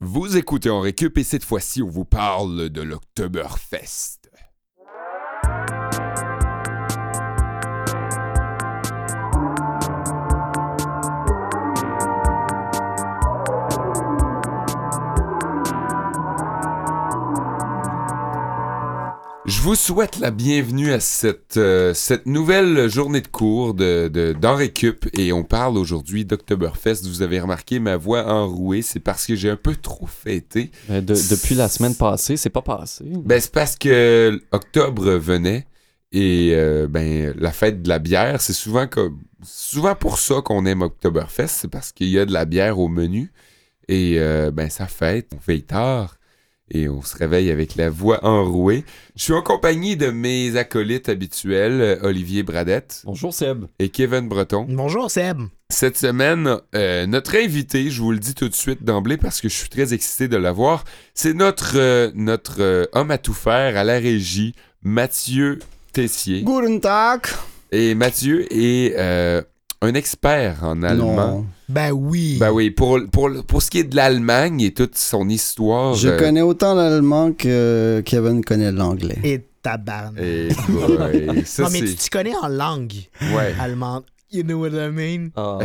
Vous écoutez en récup et cette fois-ci, on vous parle de l'Oktoberfest. Je vous souhaite la bienvenue à cette nouvelle journée de cours d'en récup et on parle aujourd'hui d'Oktoberfest. Vous avez remarqué ma voix enrouée, c'est parce que j'ai un peu trop fêté. Depuis la semaine passée, c'est pas passé. C'est parce que octobre venait et la fête de la bière, c'est souvent pour ça qu'on aime Oktoberfest, c'est parce qu'il y a de la bière au menu et ça fête, on fait tard. Et on se réveille avec la voix enrouée. Je suis en compagnie de mes acolytes habituels, Olivier Bradette. Bonjour Seb. Et Kevin Breton. Bonjour Seb. Cette semaine, notre invité, je vous le dis tout de suite d'emblée parce que je suis très excité de l'avoir, c'est notre homme à tout faire à la régie, Mathieu Tessier. Guten Tag. Et Mathieu est un expert en allemand. Non. Ben oui. Ben oui, pour ce qui est de l'Allemagne et toute son histoire... Je connais autant l'allemand que Kevin connaît l'anglais. Et tabarnak. Et ça, non, mais tu t'y connais en langue allemande. You know what I mean? Oh.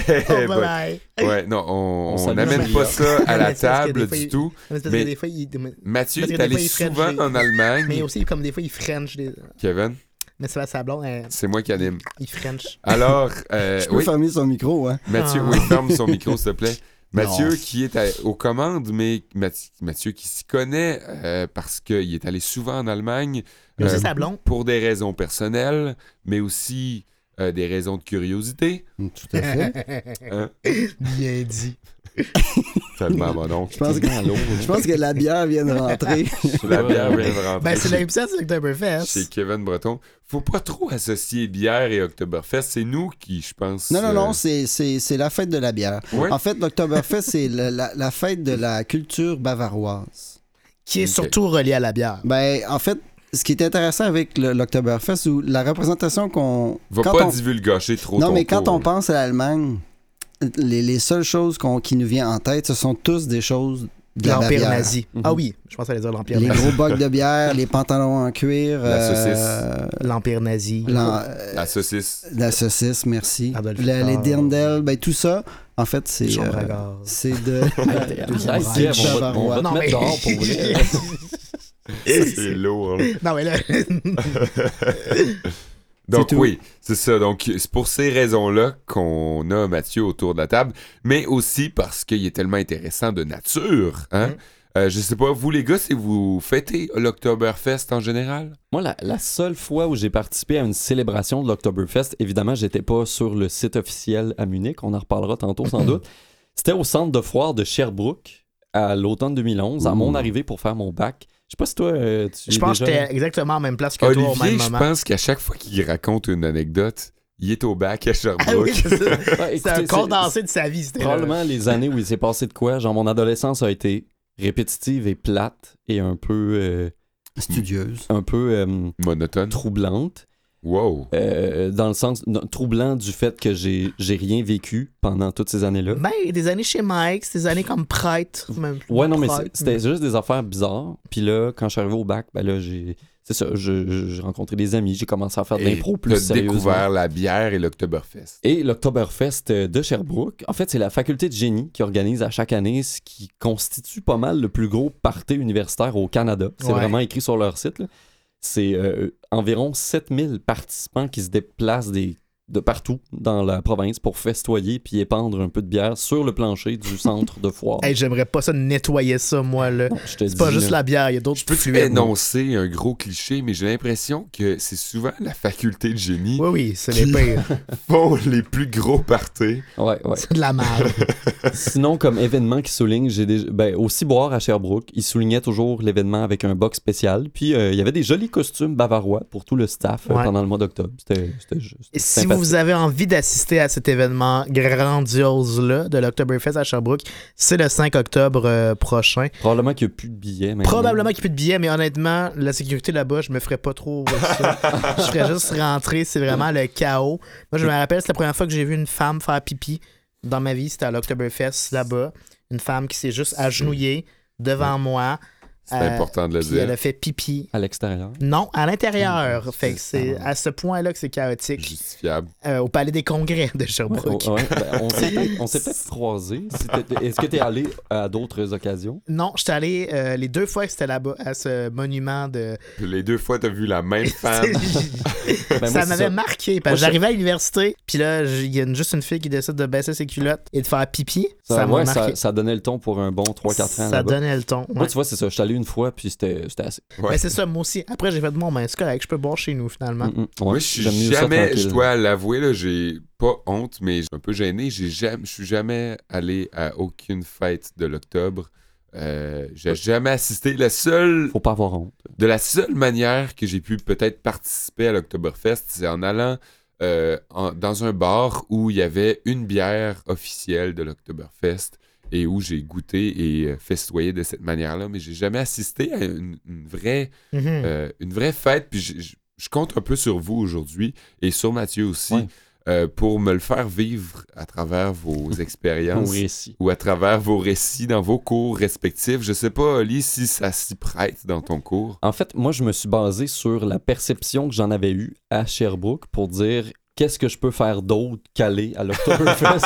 Bye-bye. Ouais, non, on n'amène pas ça à la table du tout. Mais des fois, Mathieu est allé souvent en Allemagne. Mais aussi, comme des fois, il French. Kevin? Mais c'est sa blonde. C'est moi qui anime. Il French. Alors, je peux fermer son micro, hein? Mathieu, oui, ferme son micro, s'il te plaît. Mathieu qui est aux commandes, mais Mathieu qui s'y connaît parce qu'il est allé souvent en Allemagne. Mais aussi sa blonde. Pour des raisons personnelles, mais aussi des raisons de curiosité. Tout à fait. Hein? Bien dit. Tellement mon oncle. Je pense que la bière vient de rentrer. La bière vient de rentrer. C'est l'épisode de l'Oktoberfest. Chez Kevin Breton. Faut pas trop associer bière et Oktoberfest. C'est nous qui, je pense... Non, c'est la fête de la bière. Ouais. En fait, l'Oktoberfest, c'est la fête de la culture bavaroise. Qui est surtout reliée à la bière. En fait, ce qui est intéressant avec l'Oktoberfest, ou la représentation qu'on... divulgacher trop Non, mais tour, quand on pense à l'Allemagne, les seules choses qui nous viennent en tête, ce sont tous des choses de l'Empire la nazi. Mm-hmm. Ah oui, je pense à aller dire l'Empire nazi. nazi. Les gros bocs de bière, les pantalons en cuir. La saucisse. L'Empire nazi. La saucisse. La saucisse, merci. Les dirndl, tout ça, en fait, c'est... c'est de... On va te mettre dehors pour vrai. C'est lourd. Non, mais là... Donc oui, c'est ça. Donc c'est pour ces raisons-là qu'on a Mathieu autour de la table, mais aussi parce qu'il est tellement intéressant de nature. Hein? Je sais pas, vous les gars, si vous fêtez l'Oktoberfest en général? Moi, la seule fois où j'ai participé à une célébration de l'Oktoberfest, évidemment, j'étais pas sur le site officiel à Munich, on en reparlera tantôt sans doute. C'était au centre de foire de Sherbrooke à l'automne 2011, à mon arrivée pour faire mon bac. Je sais pas si toi, je pense que j'étais exactement à la même place que Olivier, toi au même moment. Je pense qu'à chaque fois qu'il raconte une anecdote, il est au bac à Sherbrooke. Ah oui, c'est un condensé de sa vie. Probablement les années où il s'est passé de quoi. Genre, mon adolescence a été répétitive et plate et un peu... studieuse. Un peu... monotone. Troublante. Wow. Dans le sens troublant du fait que j'ai rien vécu pendant toutes ces années-là. Des années chez Mike, des années comme prêtre. Ouais, non, mais c'était juste des affaires bizarres. Puis là, quand je suis arrivé au bac, j'ai rencontré des amis, j'ai commencé à faire de l'impro plus sérieusement. J'ai découvert la bière et l'Oktoberfest. Et l'Oktoberfest de Sherbrooke, en fait, c'est la faculté de génie qui organise à chaque année ce qui constitue pas mal le plus gros party universitaire au Canada. C'est vraiment écrit sur leur site, là. C'est environ 7000 participants qui se déplacent de partout dans la province pour festoyer puis épandre un peu de bière sur le plancher du centre de foire. Hey, j'aimerais pas ça nettoyer ça, moi, là. Non, c'est pas juste la bière, il y a d'autres fluides. Je peux énoncer un gros cliché, mais j'ai l'impression que c'est souvent la faculté de génie oui, c'est les pires. Font les plus gros parties. Ouais. C'est de la merde. Sinon, comme événement qui souligne, au Ciboire à Sherbrooke, ils soulignaient toujours l'événement avec un box spécial. Puis il y avait des jolis costumes bavarois pour tout le staff pendant le mois d'octobre. C'était juste sympathique. Vous avez envie d'assister à cet événement grandiose-là de l'Oktoberfest à Sherbrooke, c'est le 5 octobre prochain. Probablement qu'il n'y a plus de billets. Probablement qu'il n'y a plus de billets, mais honnêtement, la sécurité là-bas, je me ferais pas trop ça. Je ferais juste rentrer, c'est vraiment le chaos. Moi, je me rappelle, c'est la première fois que j'ai vu une femme faire pipi dans ma vie, c'était à l'Oktoberfest là-bas. une femme qui s'est juste agenouillée devant moi. C'est important de le Puis dire. elle a fait pipi. À l'extérieur. Non, à l'intérieur. Fait que c'est à ce point-là que c'est chaotique. Justifiable. Au Palais des Congrès de Sherbrooke. On s'est peut-être croisés. Est-ce que tu es allé à d'autres occasions? Non, j'étais allé les 2 fois que c'était là-bas, à ce monument de... Les 2 fois, t'as vu la même femme. Ça m'avait marqué, parce que Moi, j'arrivais à l'université, puis là, il y a juste une fille qui décide de baisser ses culottes et de faire pipi. Ça m'a marqué. Ça donnait le ton pour un bon 3-4 ans. Ça là-bas. donnait le ton. Moi, Ouais. tu vois, c'est ça. Je suis allé une fois, puis c'était assez. Ouais. Ben, c'est ça, moi aussi. Après, j'ai fait bon, ben, c'est correct, je peux boire chez nous, finalement. Ouais, Moi, je j'aime suis mieux ça jamais, tranquille. je dois l'avouer, là, j'ai pas honte, mais je suis un peu gêné. Je suis jamais allé à aucune fête de l'octobre. J'ai jamais assisté. Faut pas avoir honte. De la seule manière que j'ai pu peut-être participer à l'Oktoberfest, c'est en allant dans un bar où il y avait une bière officielle de l'Oktoberfest et où j'ai goûté et festoyé de cette manière-là, mais j'ai jamais assisté à une vraie fête. Puis je compte un peu sur vous aujourd'hui et sur Mathieu aussi pour me le faire vivre à travers vos expériences Au récit. ou à travers vos récits dans vos cours respectifs. Je sais pas, Oli, si ça s'y prête dans ton cours. En fait, moi, je me suis basé sur la perception que j'en avais eue à Sherbrooke pour dire qu'est-ce que je peux faire d'autre qu'aller à l'Oktoberfest.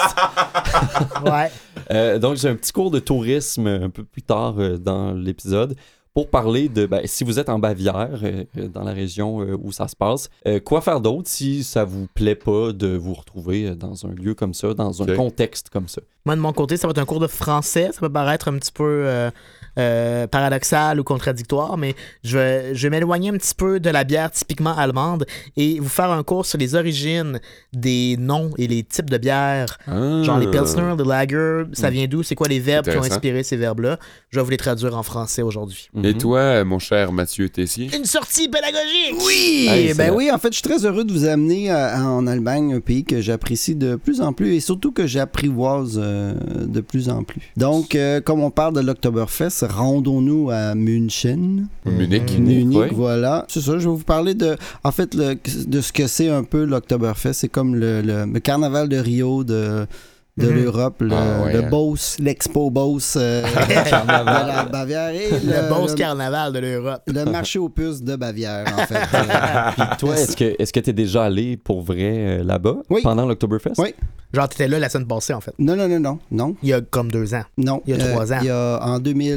Ouais. Donc, j'ai un petit cours de tourisme un peu plus tard dans l'épisode pour parler de, si vous êtes en Bavière, dans la région où ça se passe, quoi faire d'autre si ça vous plaît pas de vous retrouver dans un lieu comme ça, dans un contexte comme ça. Moi, de mon côté, ça va être un cours de français. Ça peut paraître un petit peu paradoxal ou contradictoire, mais je vais m'éloigner un petit peu de la bière typiquement allemande et vous faire un cours sur les origines des noms et les types de bières. Genre les Pilsner, les Lager, ça vient d'où? C'est quoi les verbes qui ont inspiré ces verbes-là? Je vais vous les traduire en français aujourd'hui. Et toi, mon cher Mathieu Tessier? Une sortie pédagogique! Oui! Hey, oui, en fait, je suis très heureux de vous amener en Allemagne, un pays que j'apprécie de plus en plus et surtout que j'apprivoise de plus en plus. Donc, comme on parle de l'Oktoberfest, rendons-nous à München. Munich. Oui. Voilà. C'est ça, je vais vous parler de ce que c'est un peu l'Oktoberfest. C'est comme le carnaval de Rio de l'Europe, le Beauce, l'Expo Beauce de la Bavière et le Beauce carnaval de l'Europe. Le marché aux puces de Bavière, en fait. Puis toi, est-ce que t'es déjà allé pour vrai là-bas pendant l'Oktoberfest? Oui. Genre, t'étais là la semaine passée, en fait. Non. Il y a comme 2 ans. Non. Il y a 3 ans. Il y a en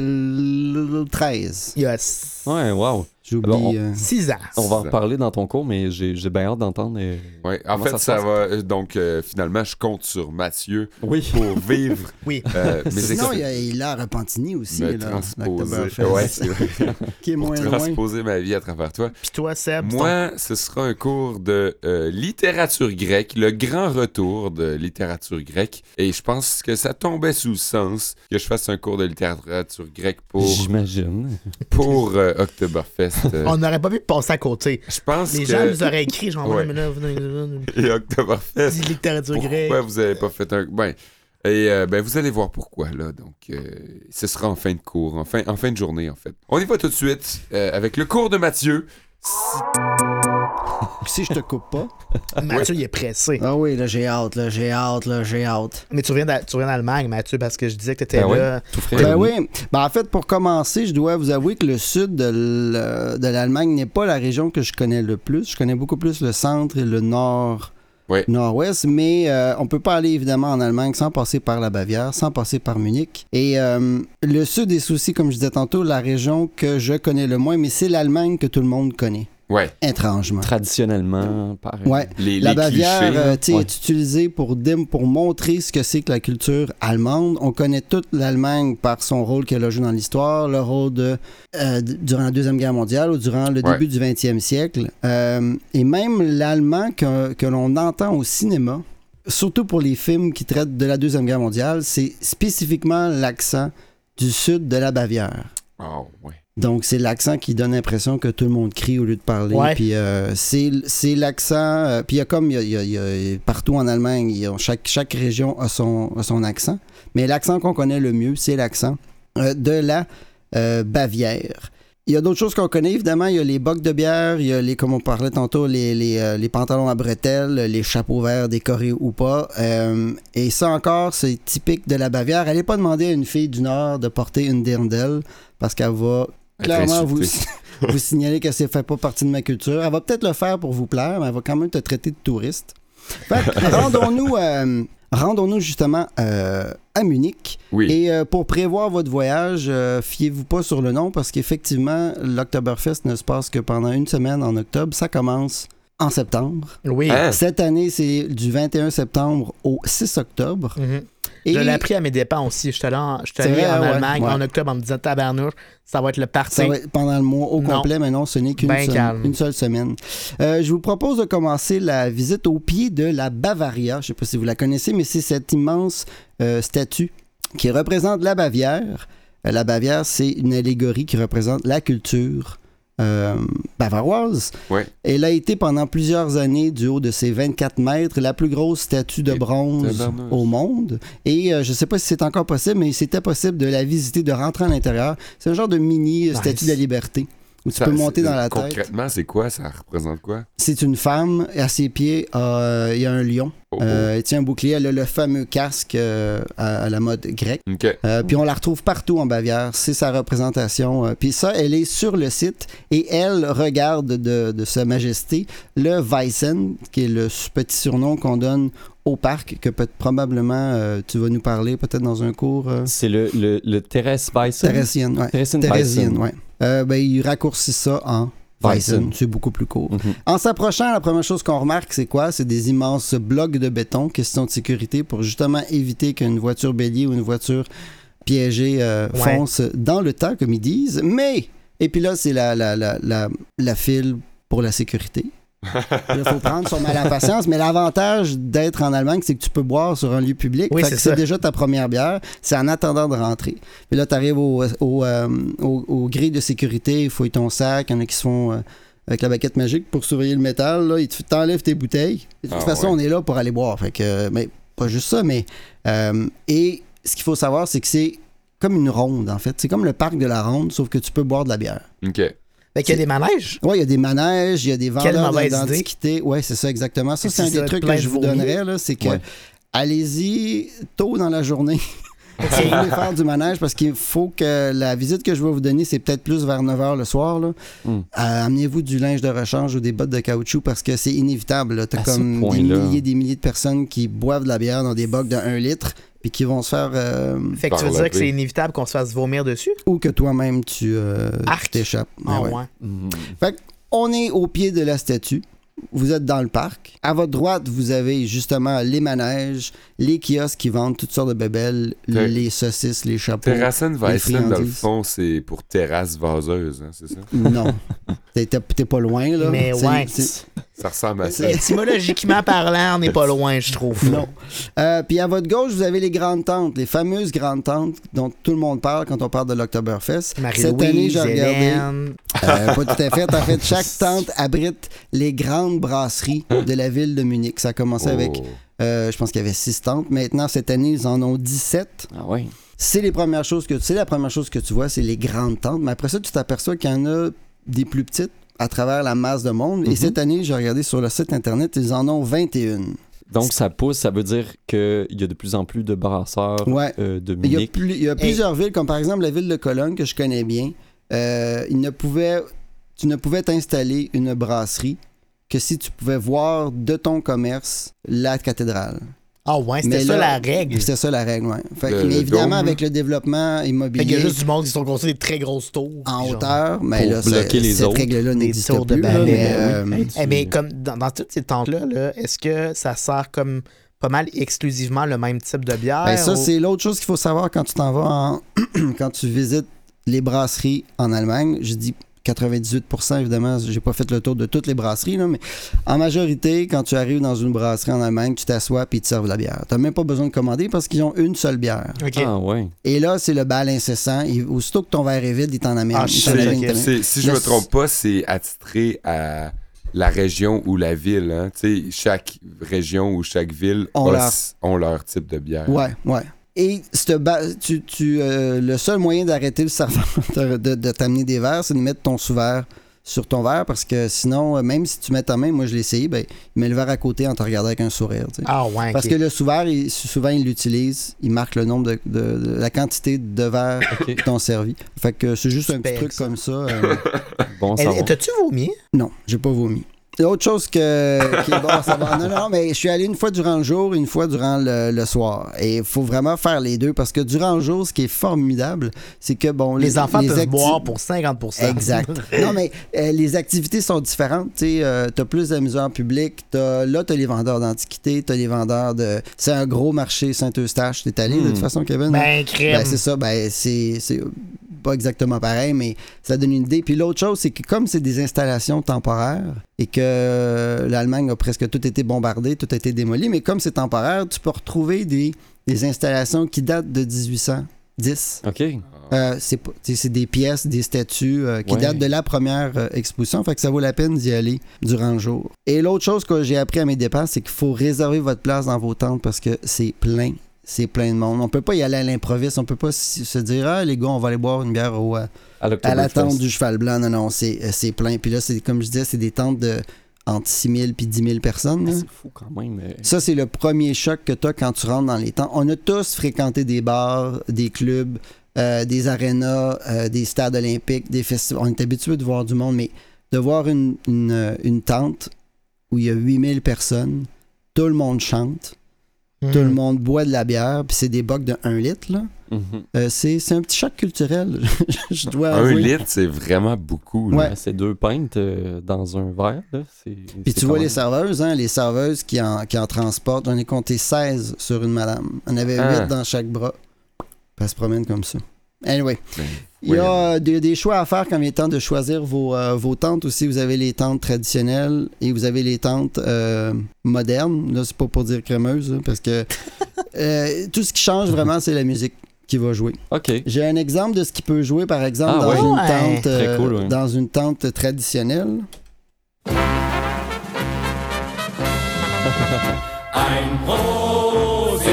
2013. Il y a Ouais, wow. J'oublie. 6 ans. On va en reparler dans ton cours, mais j'ai bien hâte d'entendre. Ouais, en fait, ça va. Donc, finalement, je compte sur Mathieu pour vivre. Oui. Sinon, il y a Hilaire Repentini aussi. Me là, transposer. l'Oktoberfest. Ouais, c'est vrai. Qui est moins loin. Transposer ma vie à travers toi. Puis toi, Seb? Moi, ce sera un cours de littérature grecque, le grand retour de littérature grecque. Et je pense que ça tombait sous le sens que je fasse un cours de littérature grecque J'imagine. pour Oktoberfest. On n'aurait pas pu passer à côté. Je pense Les que... gens nous auraient écrit, genre, Ouais. Et Oktoberfest. Littérature grecque. Pourquoi vous avez pas fait un... vous allez voir pourquoi, là. Donc, ce sera en fin de cours, en fin de journée, en fait. On y va tout de suite avec le cours de Mathieu. Si je te coupe pas. Mathieu, il est pressé. Ah oui, là, j'ai hâte. Mais tu reviens d'Allemagne, Mathieu, parce que je disais que t'étais Ben là. tout frais. Ben oui. Ben en fait, pour commencer, je dois vous avouer que le sud de l'Allemagne n'est pas la région que je connais le plus. Je connais beaucoup plus le centre et le nord-ouest, mais on peut pas aller évidemment en Allemagne sans passer par la Bavière, sans passer par Munich. Et le sud est aussi, comme je disais tantôt, la région que je connais le moins, mais c'est l'Allemagne que tout le monde connaît. Ouais. Étrangement. Traditionnellement, pareil. Ouais. Les La Bavière clichés. est utilisée pour montrer ce que c'est que la culture allemande. On connaît toute l'Allemagne par son rôle qu'elle a joué dans l'histoire, le rôle durant la Deuxième Guerre mondiale ou durant le début du 20e siècle. Et même l'allemand que l'on entend au cinéma, surtout pour les films qui traitent de la Deuxième Guerre mondiale, c'est spécifiquement l'accent du sud de la Bavière. Oh, ouais. Donc, c'est l'accent qui donne l'impression que tout le monde crie au lieu de parler. Ouais. Puis, c'est l'accent... puis, il y a partout en Allemagne, chaque région a son accent. Mais l'accent qu'on connaît le mieux, c'est l'accent de la Bavière. Il y a d'autres choses qu'on connaît, évidemment. Il y a les bocs de bière, il y a les, comme on parlait tantôt, les pantalons à bretelles, les chapeaux verts décorés ou pas. Et ça encore, c'est typique de la Bavière. Allez pas demander à une fille du Nord de porter une dirndl parce qu'elle va clairement vous signaler que ça fait pas partie de ma culture. Elle va peut-être le faire pour vous plaire, mais elle va quand même te traiter de touriste. Fait que, rendons-nous justement à Munich. Oui. Et pour prévoir votre voyage, fiez-vous pas sur le nom parce qu'effectivement, l'Oktoberfest ne se passe que pendant une semaine en octobre. Ça commence en septembre. Oui. Hein? Cette année, c'est du 21 septembre au 6 octobre. Mhm. Et Je l'ai appris à mes dépens aussi. Je suis allé en Allemagne en octobre en me disant tabarnouche, ça va être le party. ça va être pendant le mois au complet, mais non, ce n'est une seule semaine. Je vous propose de commencer la visite au pied de la Bavaria. Je ne sais pas si vous la connaissez, mais c'est cette immense statue qui représente la Bavière. La Bavière, c'est une allégorie qui représente la culture bavaroise. Ouais. Elle a été pendant plusieurs années, du haut de ses 24 mètres, la plus grosse statue de bronze au monde. Et je ne sais pas si c'est encore possible, mais c'était possible de la visiter, de rentrer à l'intérieur. C'est un genre de mini statue de la liberté. Où tu peux monter dans la tête. Concrètement, c'est quoi? Ça représente quoi? C'est une femme, à ses pieds, il y a un lion. Elle tient un bouclier, elle a le fameux casque à la mode grecque. Okay. Puis on la retrouve partout en Bavière, c'est sa représentation. Puis ça, elle est sur le site et elle regarde de Sa Majesté le Weissen, qui est le petit surnom qu'on donne au parc, que probablement tu vas nous parler peut-être dans un cours. C'est le Thérèse Weissen. Thérèsienne, oui. Thérèsienne, oui. Il raccourcit ça en Weissen. C'est beaucoup plus court. Mm-hmm. En s'approchant, la première chose qu'on remarque, c'est quoi? C'est des immenses blocs de béton, question de sécurité, pour justement éviter qu'une voiture bélier ou une voiture piégée fonce dans le tas, comme ils disent. Mais, et puis là, c'est la file pour la sécurité. Il faut prendre son mal à patience, mais l'avantage d'être en Allemagne, c'est que tu peux boire sur un lieu public. Oui, c'est déjà ta première bière, c'est en attendant de rentrer. Puis là, tu arrives au grille de sécurité, il fouille ton sac, il y en a qui se font avec la baguette magique pour surveiller le métal, là, ils t'enlèvent tes bouteilles. Et de toute façon, on est là pour aller boire. Fait que, mais pas juste ça, mais et ce qu'il faut savoir, c'est que c'est comme une ronde, en fait. C'est comme le parc de la ronde, sauf que tu peux boire de la bière. OK. Fait qu'il y a des manèges. Oui, il y a des manèges, il y a des vendeurs mauvaise d'antiquités. Oui, c'est ça, exactement. Ça, c'est un des trucs plein que je de vous vomi. donnerais, là, c'est que allez-y tôt dans la journée. Si vous voulez faire du manège, parce qu'il faut que la visite que je vais vous donner, c'est peut-être plus vers 9h le soir. Là. Amenez-vous du linge de rechange ou des bottes de caoutchouc parce que c'est inévitable. Tu as comme des milliers de personnes qui boivent de la bière dans des bocs de 1 litre puis qui vont se faire... Fait que tu veux dire que c'est inévitable qu'on se fasse vomir dessus? Ou que toi-même, tu t'échappes. Ah ouais. ouais. Fait qu'on est au pied de la statue. Vous êtes dans le parc. À votre droite, vous avez justement les manèges, les kiosques qui vendent toutes sortes de bébelles, les saucisses, les chapeaux. Terrassen Weissen, dans le fond, c'est pour terrasse vaseuse, hein, c'est ça? Non. T'es pas loin, là. Mais ouais. Ça ressemble à ça. Étymologiquement parlant, on n'est pas loin, je trouve. Non. Puis à votre gauche, vous avez les grandes tentes, les fameuses grandes tentes dont tout le monde parle quand on parle de l'Oktoberfest. Cette année, j'ai regardé. Pas tout à fait. En fait, chaque tente abrite les grandes brasseries de la ville de Munich. Ça a commencé avec, je pense qu'il y avait 6 tentes. Maintenant, cette année, ils en ont 17. Ah oui. C'est la première chose que tu vois, c'est les grandes tentes. Mais après ça, tu t'aperçois qu'il y en a des plus petites à travers la masse de monde. Et cette année, j'ai regardé sur le site Internet, ils en ont 21. Donc, ça pousse, ça veut dire qu'il y a de plus en plus de brasseurs de Munich. Il y a plusieurs villes, comme par exemple la ville de Cologne, que je connais bien. Tu ne pouvais t'installer une brasserie que si tu pouvais voir de ton commerce la cathédrale. Ah ouais, c'était ça la règle. C'était ça la règle, oui. Mais évidemment, avec le développement immobilier... Il y a juste du monde qui sont construits des très grosses tours. En hauteur, mais là, cette règle-là n'existe plus. De mais comme dans toutes ces tentes-là, est-ce que ça sert comme pas mal exclusivement le même type de bière? Ben ça, c'est l'autre chose qu'il faut savoir quand tu t'en vas quand tu visites les brasseries en Allemagne. Je dis 98%, évidemment, j'ai pas fait le tour de toutes les brasseries, là, mais en majorité, quand tu arrives dans une brasserie en Allemagne, tu t'assois et ils te servent de la bière. T'as même pas besoin de commander parce qu'ils ont une seule bière. Okay. Ah ouais. Et là, c'est le bal incessant. Aussitôt que ton verre est vide, il t'en amène. Si je me trompe pas, c'est attitré à la région ou la ville. Hein? Chaque région ou chaque ville ont leur type de bière. Ouais. Et le seul moyen d'arrêter le serveur de t'amener des verres, c'est de mettre ton sous-verre sur ton verre, parce que sinon, même si tu mets ta main, moi je l'ai essayé, ben, il met le verre à côté en te regardant avec un sourire. Tu sais. Ah ouais. Parce que le sous-verre, souvent il l'utilise, il marque le nombre de la quantité de verres qui t'ont servi. Fait que c'est juste un petit truc comme ça. Bon, ça va. T'as-tu vomi? Non, j'ai pas vomi. Autre chose qui est bon à savoir. Non, mais je suis allé une fois durant le jour, une fois durant le soir. Et il faut vraiment faire les deux, parce que durant le jour, ce qui est formidable, c'est que, bon... Les enfants peuvent boire pour 50%. Exact. Non, mais les activités sont différentes. Tu as plus d'amuseurs en public. Là, tu as les vendeurs d'antiquités, tu as les vendeurs de... C'est un gros marché Saint-Eustache. T'es allé, de toute façon, Kevin? Ben, crème. Ben, c'est ça. Ben, c'est pas exactement pareil, mais ça donne une idée. Puis l'autre chose, c'est que comme c'est des installations temporaires et que l'Allemagne a presque tout été bombardé, tout a été démoli, mais comme c'est temporaire, tu peux retrouver des installations qui datent de 1810. OK. C'est des pièces, des statues qui datent de la première exposition, fait que ça vaut la peine d'y aller durant le jour. Et l'autre chose que j'ai appris à mes dépens, c'est qu'il faut réserver votre place dans vos tentes parce que c'est plein. C'est plein de monde. On peut pas y aller à l'improviste. On peut pas se dire, les gars, on va aller boire une bière à la tente du Cheval Blanc. Non, c'est plein. Puis là, c'est comme je disais, c'est des tentes de entre 6 000 et 10 000 personnes. C'est fou quand même. Ça, c'est le premier choc que tu as quand tu rentres dans les tentes. On a tous fréquenté des bars, des clubs, des arénas, des stades olympiques, des festivals. On est habitué de voir du monde, mais de voir une tente où il y a 8 000 personnes, tout le monde chante. Tout le monde boit de la bière, puis c'est des bocs de 1 litre. Là. C'est un petit choc culturel, je dois avouer. 1 litre, c'est vraiment beaucoup. Là. Ouais. C'est 2 pintes dans un verre. Là. Puis tu vois les serveuses qui en transportent. On est compté 16 sur une madame. On avait 8 dans chaque bras. Puis elle se promène comme ça. Anyway, il y a des choix à faire quand il est temps de choisir vos tentes aussi. Vous avez les tentes traditionnelles et vous avez les tentes modernes. Là, c'est pas pour dire crémeuse, là, parce que tout ce qui change vraiment, c'est la musique qui va jouer. OK. J'ai un exemple de ce qui peut jouer, par exemple, dans une tente traditionnelle. Ein Prosit,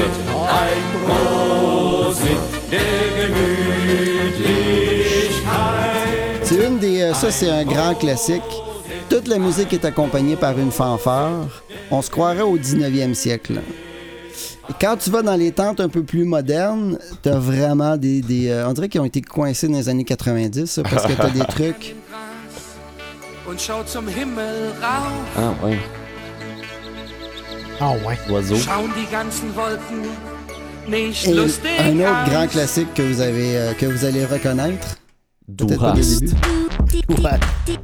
der Gemütlichkeit. C'est une des... ça, c'est un grand classique. Toute la musique est accompagnée par une fanfare. On se croirait au 19e siècle. Et quand tu vas dans les tentes un peu plus modernes, t'as vraiment des on dirait qu'ils ont été coincés dans les années 90, ça, parce que t'as des trucs... Ah, ouais. Ah ouais. Oiseau. Et un autre grand classique que vous allez reconnaître. Du Peut-être pas dès le Hast. début. Ouais.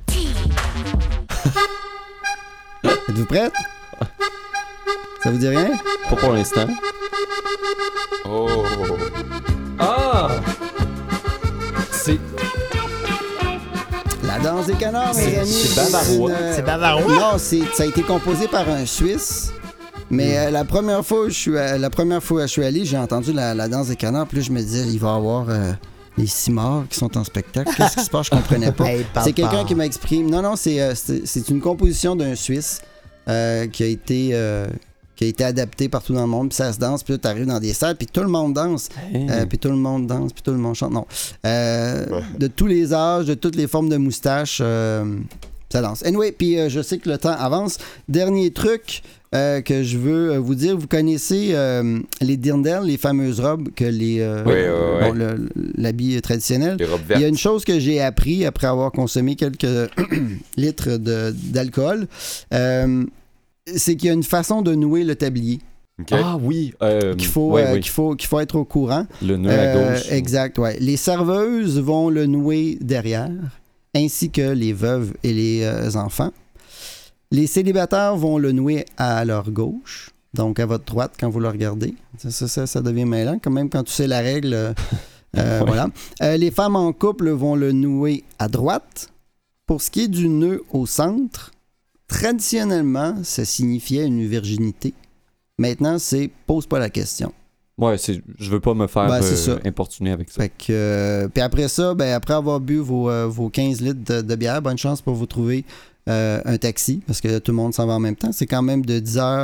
Êtes-vous prête? Ça vous dit rien? Pas pour l'instant. Oh! Ah! C'est... La danse des canards, mes amis. c'est bavarois. C'est bavarois? Non, ça a été composé par un Suisse. Mais la première fois où je suis allé, j'ai entendu la danse des canards. Puis là, je me disais, il va y avoir les cimards qui sont en spectacle. Qu'est-ce qui se passe? Je comprenais pas. Hey, c'est quelqu'un qui m'a exprimé. Non, c'est une composition d'un Suisse qui a été adapté partout dans le monde. Puis ça se danse. Puis là, t'arrives dans des salles. Puis tout le monde danse. Puis tout le monde danse. Puis tout le monde chante. Non. De tous les âges, de toutes les formes de moustaches, ça danse. Anyway, puis je sais que le temps avance. Dernier truc que je veux vous dire. Vous connaissez les dirndl, les fameuses robes que l'habit traditionnel. Les robes Il y a vertes. une chose que j'ai appris après avoir consommé quelques litres d'alcool. C'est qu'il y a une façon de nouer le tablier. OK. Ah oui. Qu'il faut, oui. qu'il faut être au courant. Le nœud à gauche. Exact, ouais. Les serveuses vont le nouer derrière, ainsi que les veuves et les enfants. Les célibataires vont le nouer à leur gauche, donc à votre droite quand vous le regardez. Ça devient mêlant, quand même quand tu sais la règle. Voilà. Les femmes en couple vont le nouer à droite. Pour ce qui est du nœud au centre, traditionnellement, ça signifiait une virginité. Maintenant, c'est pose pas la question. Ouais, je veux pas me faire C'est ça. importuner avec ça. Fait que, puis après ça, après avoir bu vos 15 litres de bière, bonne chance pour vous trouver un taxi, parce que tout le monde s'en va en même temps. C'est quand même de 10h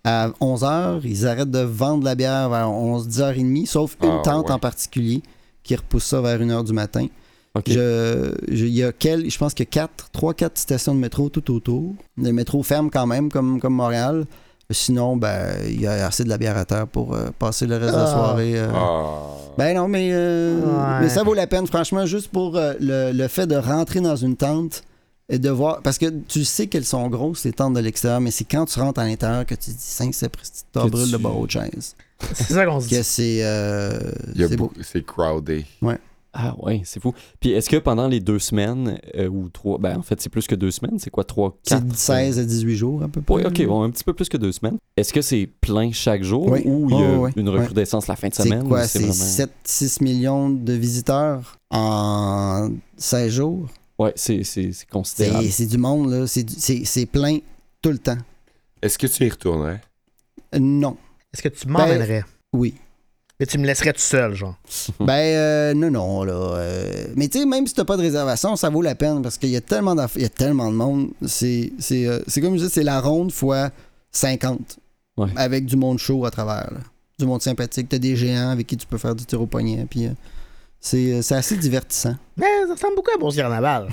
à 11h. Ils arrêtent de vendre la bière vers 10h30, sauf une tente en particulier qui repousse ça vers 1h du matin. Okay. Il y a je pense qu'il y a 3-4 stations de métro tout autour. Le métro ferme quand même, comme Montréal. Sinon, il y a assez de la bière à terre pour passer le reste de la soirée. Ben non, mais ça vaut la peine, franchement, juste pour le fait de rentrer dans une tente et de voir. Parce que tu sais qu'elles sont grosses, les tentes de l'extérieur, mais c'est quand tu rentres à l'intérieur que tu dis 5 sapristi, t'as brûle de barreau de chaise. C'est ça qu'on se dit. Que c'est crowded. Ouais. Ah ouais, c'est fou. Puis est-ce que pendant les 2 semaines ou 3, ben en fait c'est plus que 2 semaines, c'est quoi 3, 4? C'est 16 à 18 jours à peu près. Oui, ok, bon, un petit peu plus que 2 semaines. Est-ce que c'est plein chaque jour ou il y a une recrudescence la fin de semaine? C'est quoi, c'est vraiment... 7-6 millions de visiteurs en 16 jours? Ouais, c'est considérable. C'est du monde, là. C'est plein tout le temps. Est-ce que tu y retournerais? Non. Est-ce que tu m'emmènerais? Oui. Mais tu me laisserais tout seul, genre? Non, là. Mais tu sais, même si t'as pas de réservation, ça vaut la peine parce qu'il y a tellement il y a tellement de monde. C'est comme je dis, c'est la ronde fois 50. Ouais. Avec du monde chaud à travers. Là. Du monde sympathique. T'as des géants avec qui tu peux faire du tir au poignet. Puis c'est assez divertissant. Mais ça ressemble beaucoup à Bourse Carnaval.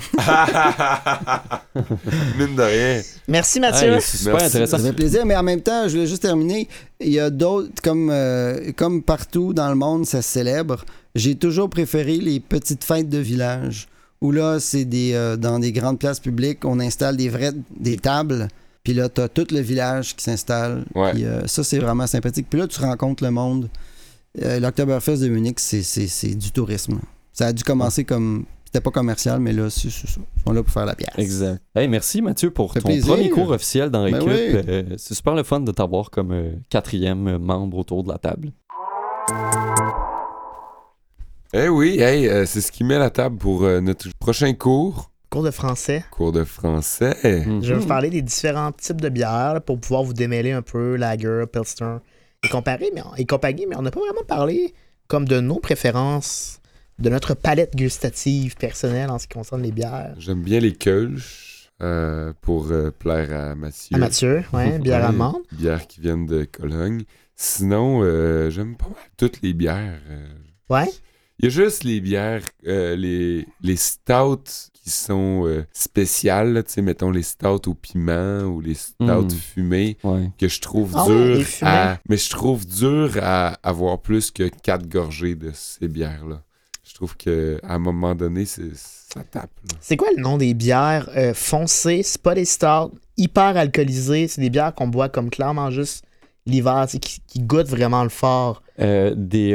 Mine de rien. Merci, Mathieu. C'est super intéressant. Ça fait plaisir, mais en même temps, je voulais juste terminer. Il y a d'autres, comme partout dans le monde, ça se célèbre. J'ai toujours préféré les petites fêtes de village. Où là, c'est dans des grandes places publiques, on installe des tables. Puis là, t'as tout le village qui s'installe. Ouais. Puis ça, c'est vraiment sympathique. Puis là, tu rencontres le monde. L'Oktoberfest de Munich, c'est du tourisme. Ça a dû commencer comme... C'était pas commercial, mais là, c'est ça. Ils sont là pour faire la pièce. Exact. Hey, merci Mathieu pour ton plaisir. premier cours officiel dans Récup. Oui. C'est super le fun de t'avoir comme 4e membre autour de la table. Eh oui, c'est ce qui met la table pour notre prochain cours. Cours de français. Cours de français. Je vais vous parler des différents types de bières là, pour pouvoir vous démêler un peu Lager, Pilsner et compagnie, mais on n'a pas vraiment parlé comme de nos préférences, de notre palette gustative personnelle en ce qui concerne les bières. J'aime bien les Kölsch pour plaire à Mathieu. À Mathieu, ouais, bière allemande. Bières qui viennent de Cologne. Sinon, j'aime pas mal toutes les bières. Ouais. Il y a juste les bières, les stouts qui sont spéciales, tu sais, mettons les stouts au piment ou les stouts fumés, que je trouve dur mais je trouve dur à avoir plus que 4 gorgées de ces bières-là. Je trouve qu'à un moment donné, ça tape. Là. C'est quoi le nom des bières foncées? C'est pas des stouts hyper alcoolisées. C'est des bières qu'on boit comme clairement juste l'hiver, qui goûtent vraiment le fort. Des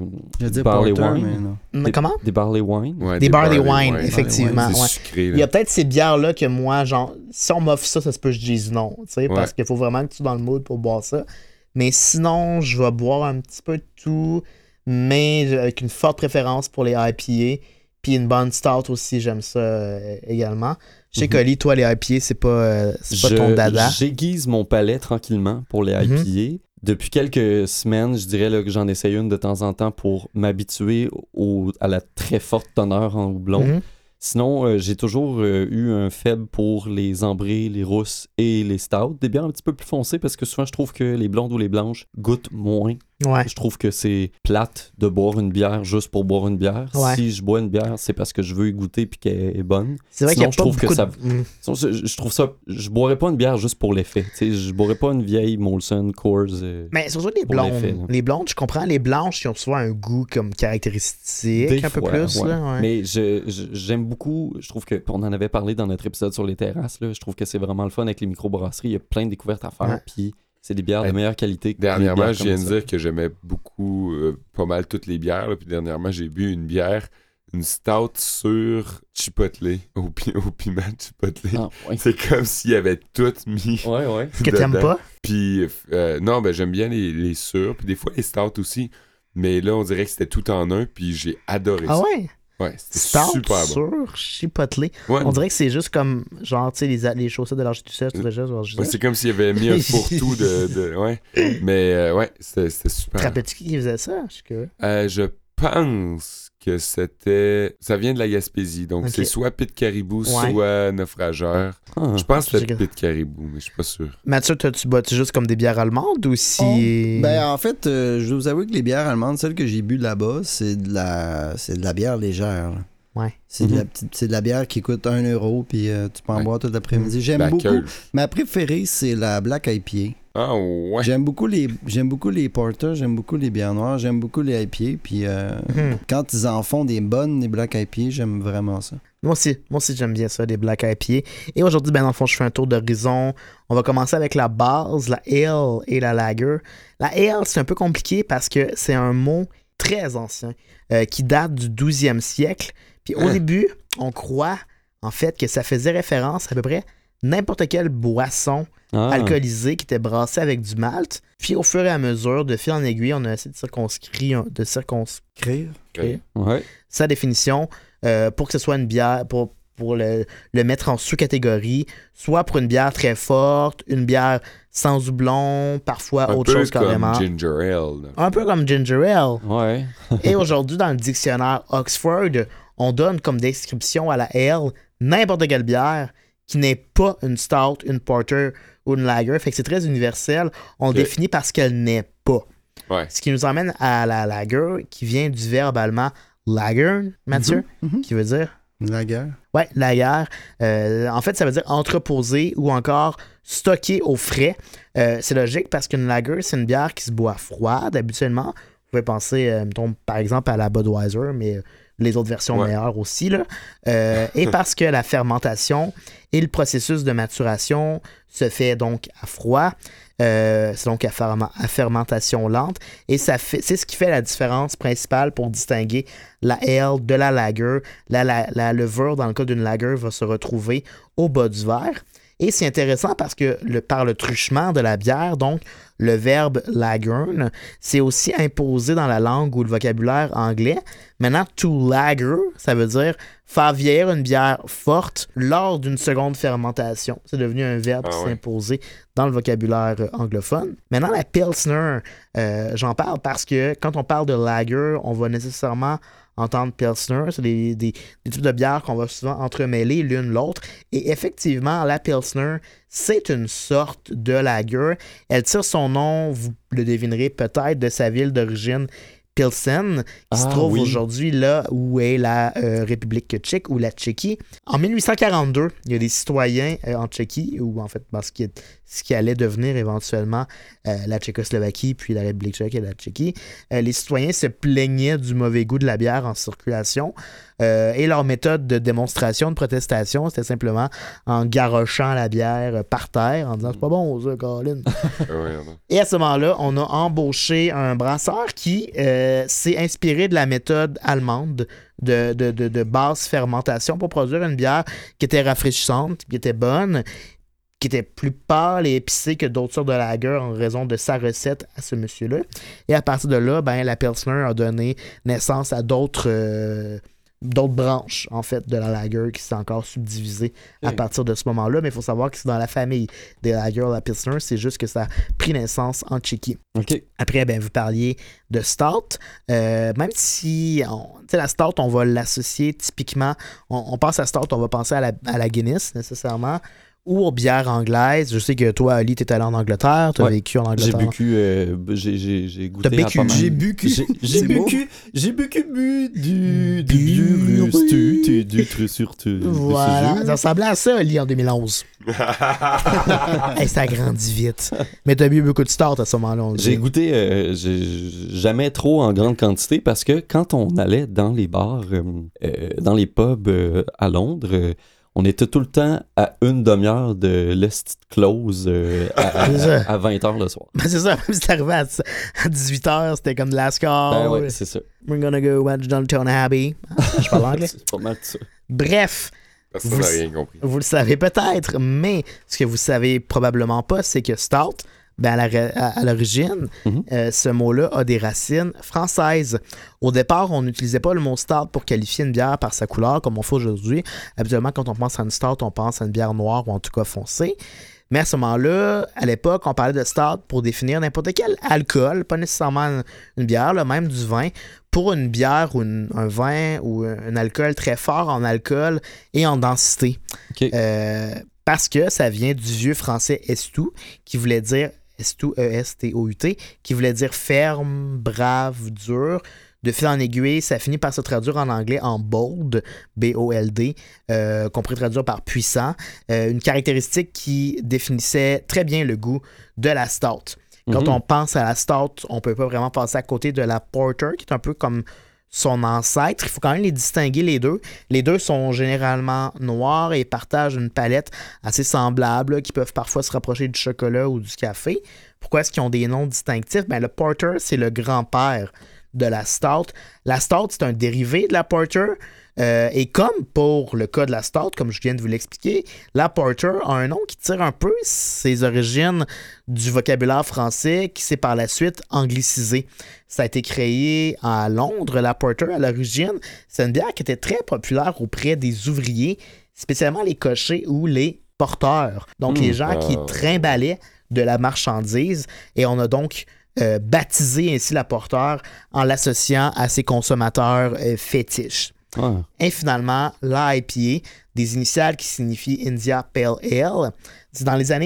barley wine. Comment? Des barley wine. Ouais, des barley wine, effectivement. C'est ouais. sucré, là. Il y a peut-être ces bières-là que moi, genre, si on m'offre ça se peut que je dise non. Parce qu'il faut vraiment que tu sois dans le mood pour boire ça. Mais sinon, je vais boire un petit peu de tout, mais avec une forte préférence pour les IPA. Puis une bonne stout aussi, j'aime ça également. Je sais qu'Oli, toi, les IPA, c'est pas ton dada. J'aiguise mon palais tranquillement pour les IPA. Depuis quelques semaines, je dirais là, que j'en essaye une de temps en temps pour m'habituer à la très forte teneur en houblon. Sinon, j'ai toujours eu un faible pour les ambrées, les rousses et les stouts. Des bières un petit peu plus foncées parce que souvent, je trouve que les blondes ou les blanches goûtent moins. Ouais. Je trouve que c'est plate de boire une bière juste pour boire une bière. Ouais. Si je bois une bière, c'est parce que je veux y goûter puis qu'elle est bonne. C'est vrai Sinon, qu'il y a pas beaucoup je trouve ça... Je boirais pas une bière juste pour l'effet. T'sais, je boirais pas une vieille Molson, Coors... Mais surtout les blondes. Les blondes, je comprends. Les blanches, qui ont souvent un goût comme caractéristique des un peu fois, plus. ouais. Là, ouais. Mais j'aime beaucoup... Je trouve qu'on en avait parlé dans notre épisode sur les terrasses. Là. Je trouve que c'est vraiment le fun avec les microbrasseries. Il y a plein de découvertes à faire. Puis c'est des bières de meilleure qualité. Dernièrement, je viens de dire que j'aimais beaucoup, pas mal toutes les bières. Là, puis dernièrement, j'ai bu une stout sur chipotle, au piment de chipotle. Ah, ouais. C'est comme s'il avait tout mis. Ouais. Que t'aimes pas? Puis, non, j'aime bien les sûrs. Puis des fois, les stouts aussi. Mais là, on dirait que c'était tout en un. Puis j'ai adoré ça. Ah ouais? Ouais, c'était Stout super bon. sur chipotle. Ouais. On dirait que c'est juste comme, genre, tu sais, les chaussettes de l'argitusseur, tout ça. C'est comme s'il avait mis un fourre-tout de ouais. Mais ouais, c'était super. Te rappelles-tu qui faisait ça? Je pense que ça vient de la Gaspésie. Donc, Ok. c'est soit Pit Caribou, Ouais. soit Naufrageur. Ah. Je pense que J'ai- c'est Pit Caribou, mais je suis pas sûr. Mathieu, tu bois-tu juste comme des bières allemandes ou si... Ben, en fait, je dois vous avouer que les bières allemandes, celles que j'ai bu là-bas, c'est de la bière légère. Là. Ouais. C'est de la bière qui coûte 1 euro, puis tu peux en Ouais. boire tout l'après-midi. J'aime La beaucoup. Keul. Ma préférée, c'est la Black IPA. Ah, ouais. J'aime beaucoup les porters, j'aime beaucoup les bières noires, j'aime beaucoup les IPA, puis Mhm. quand ils en font des bonnes, les Black IPA, j'aime vraiment ça. Moi aussi j'aime bien ça, les Black IPA. Et aujourd'hui, ben dans le fond, je fais un tour d'horizon. On va commencer avec la base, la ale et la lager. La ale, c'est un peu compliqué parce que c'est un mot très ancien qui date du 12e siècle. Puis au début, on croit en fait que ça faisait référence à peu près n'importe quelle boisson alcoolisée qui était brassée avec du malt. Puis au fur et à mesure, de fil en aiguille, on a essayé de circonscrire Créer. Ouais. sa définition pour que ce soit une bière, pour le mettre en sous-catégorie, soit pour une bière très forte, une bière sans houblon, parfois Un autre peu chose carrément. comme Ginger Ale. là. Un peu comme Ginger Ale. Ouais. Et aujourd'hui, dans le dictionnaire Oxford, on donne comme description à la ale n'importe quelle bière qui n'est pas une stout, une porter ou une lager. Fait que c'est très universel. On le définit parce qu'elle n'est pas. Ouais. Ce qui nous emmène à la lager, qui vient du verbe allemand lager, Mathieu, qui veut dire... Une lager. Ouais, lager. En fait, ça veut dire entreposer ou encore stocker au frais. C'est logique parce qu'une lager, c'est une bière qui se boit froide habituellement. Vous pouvez penser, mettons, par exemple, à la Budweiser, mais les autres versions meilleures aussi. Là. Et parce que la fermentation et le processus de maturation se fait donc à froid. C'est donc à fermentation lente. Et c'est ce qui fait la différence principale pour distinguer la ale de la lager. La levure, dans le cas d'une lager, va se retrouver au bas du verre. Et c'est intéressant parce que par le truchement de la bière, donc le verbe lagern, c'est aussi imposé dans la langue ou le vocabulaire anglais. Maintenant, to lager, ça veut dire faire vieillir une bière forte lors d'une seconde fermentation. C'est devenu un verbe qui s'est imposé dans le vocabulaire anglophone. Maintenant, la Pilsner, j'en parle parce que quand on parle de lager, on va nécessairement entendre Pilsner. C'est des types de bières qu'on va souvent entremêler l'une l'autre. Et effectivement, la Pilsner, c'est une sorte de lager. Elle tire son nom, vous le devinerez peut-être, de sa ville d'origine, Pilsen, qui se trouve aujourd'hui là où est la République tchèque ou la Tchéquie. En 1842, il y a des citoyens en Tchéquie, ou en fait, ce qui allait devenir éventuellement la Tchécoslovaquie, puis la République tchèque et la Tchéquie. Les citoyens se plaignaient du mauvais goût de la bière en circulation. Et leur méthode de démonstration, de protestation, c'était simplement en garochant la bière par terre, en disant « c'est pas bon ça, Colin ». Et à ce moment-là, on a embauché un brasseur qui s'est inspiré de la méthode allemande de basse fermentation pour produire une bière qui était rafraîchissante, qui était bonne, qui était plus pâle et épicée que d'autres sortes de lager en raison de sa recette à ce monsieur-là. Et à partir de là, la Pilsner a donné naissance à d'autres branches, en fait, de la lager qui s'est encore subdivisée à partir de ce moment-là. Mais il faut savoir que c'est dans la famille des lagers, la Pilsner, c'est juste que ça a pris naissance en Tchéquie. OK. Après, vous parliez de stout. Même si, la stout, on va l'associer typiquement, on pense à stout, on va penser à la Guinness, nécessairement, ou aux bières anglaises. Je sais que toi, Ali, t'es allé en Angleterre, t'as vécu en Angleterre. J'ai goûté T'as à pas mal. J'ai bu du rustu, du trusurtu. Voilà, ça ressemblait à ça, Ali, en 2011. Hey, ça a grandi vite. Mais t'as bu beaucoup de stout à ce moment-là. on le J'ai dit. goûté jamais trop en grande quantité parce que quand on allait dans les bars, dans les pubs à Londres, on était tout le temps à une demi-heure de l'est close à 20h le soir. C'est ça, même si t'arrivais à 18h, c'était comme de la score. Ben ouais, c'est ça. We're gonna go watch Downton Abbey. Je parle anglais. C'est pas mal ça. Bref, Personne n'a rien compris. vous le savez peut-être, mais ce que vous savez probablement pas, c'est que stout, à l'origine, ce mot-là a des racines françaises. Au départ, on n'utilisait pas le mot stout pour qualifier une bière par sa couleur, comme on fait aujourd'hui. Habituellement, quand on pense à une stout, on pense à une bière noire ou en tout cas foncée. Mais à ce moment-là, à l'époque, on parlait de stout pour définir n'importe quel alcool, pas nécessairement une bière, là, même du vin, pour une bière ou un vin ou un alcool très fort en alcool et en densité. OK. Parce que ça vient du vieux français estou, qui voulait dire estou, E-S-T-O-U-T, qui voulait dire ferme, brave, dur. De fil en aiguille, ça finit par se traduire en anglais en bold, B-O-L-D, qu'on pourrait traduire par puissant, une caractéristique qui définissait très bien le goût de la stout. Quand on pense à la stout, on peut pas vraiment passer à côté de la porter, qui est un peu comme son ancêtre. Il faut quand même les distinguer, les deux. Les deux sont généralement noirs et partagent une palette assez semblable, qui peuvent parfois se rapprocher du chocolat ou du café. Pourquoi est-ce qu'ils ont des noms distinctifs? Ben, le porter, c'est le grand-père de la stout. La stout, c'est un dérivé de la porter. Et comme pour le cas de la stout, comme je viens de vous l'expliquer, la porter a un nom qui tire un peu ses origines du vocabulaire français qui s'est par la suite anglicisé. Ça a été créé à Londres, la porter, à l'origine. C'est une bière qui était très populaire auprès des ouvriers, spécialement les cochers ou les porteurs. Donc, les gens qui trimballaient de la marchandise. Et on a donc baptisé ainsi la porter en l'associant à ses consommateurs fétiches. Et finalement, l'IPA, des initiales qui signifient India Pale Ale. C'est dans les années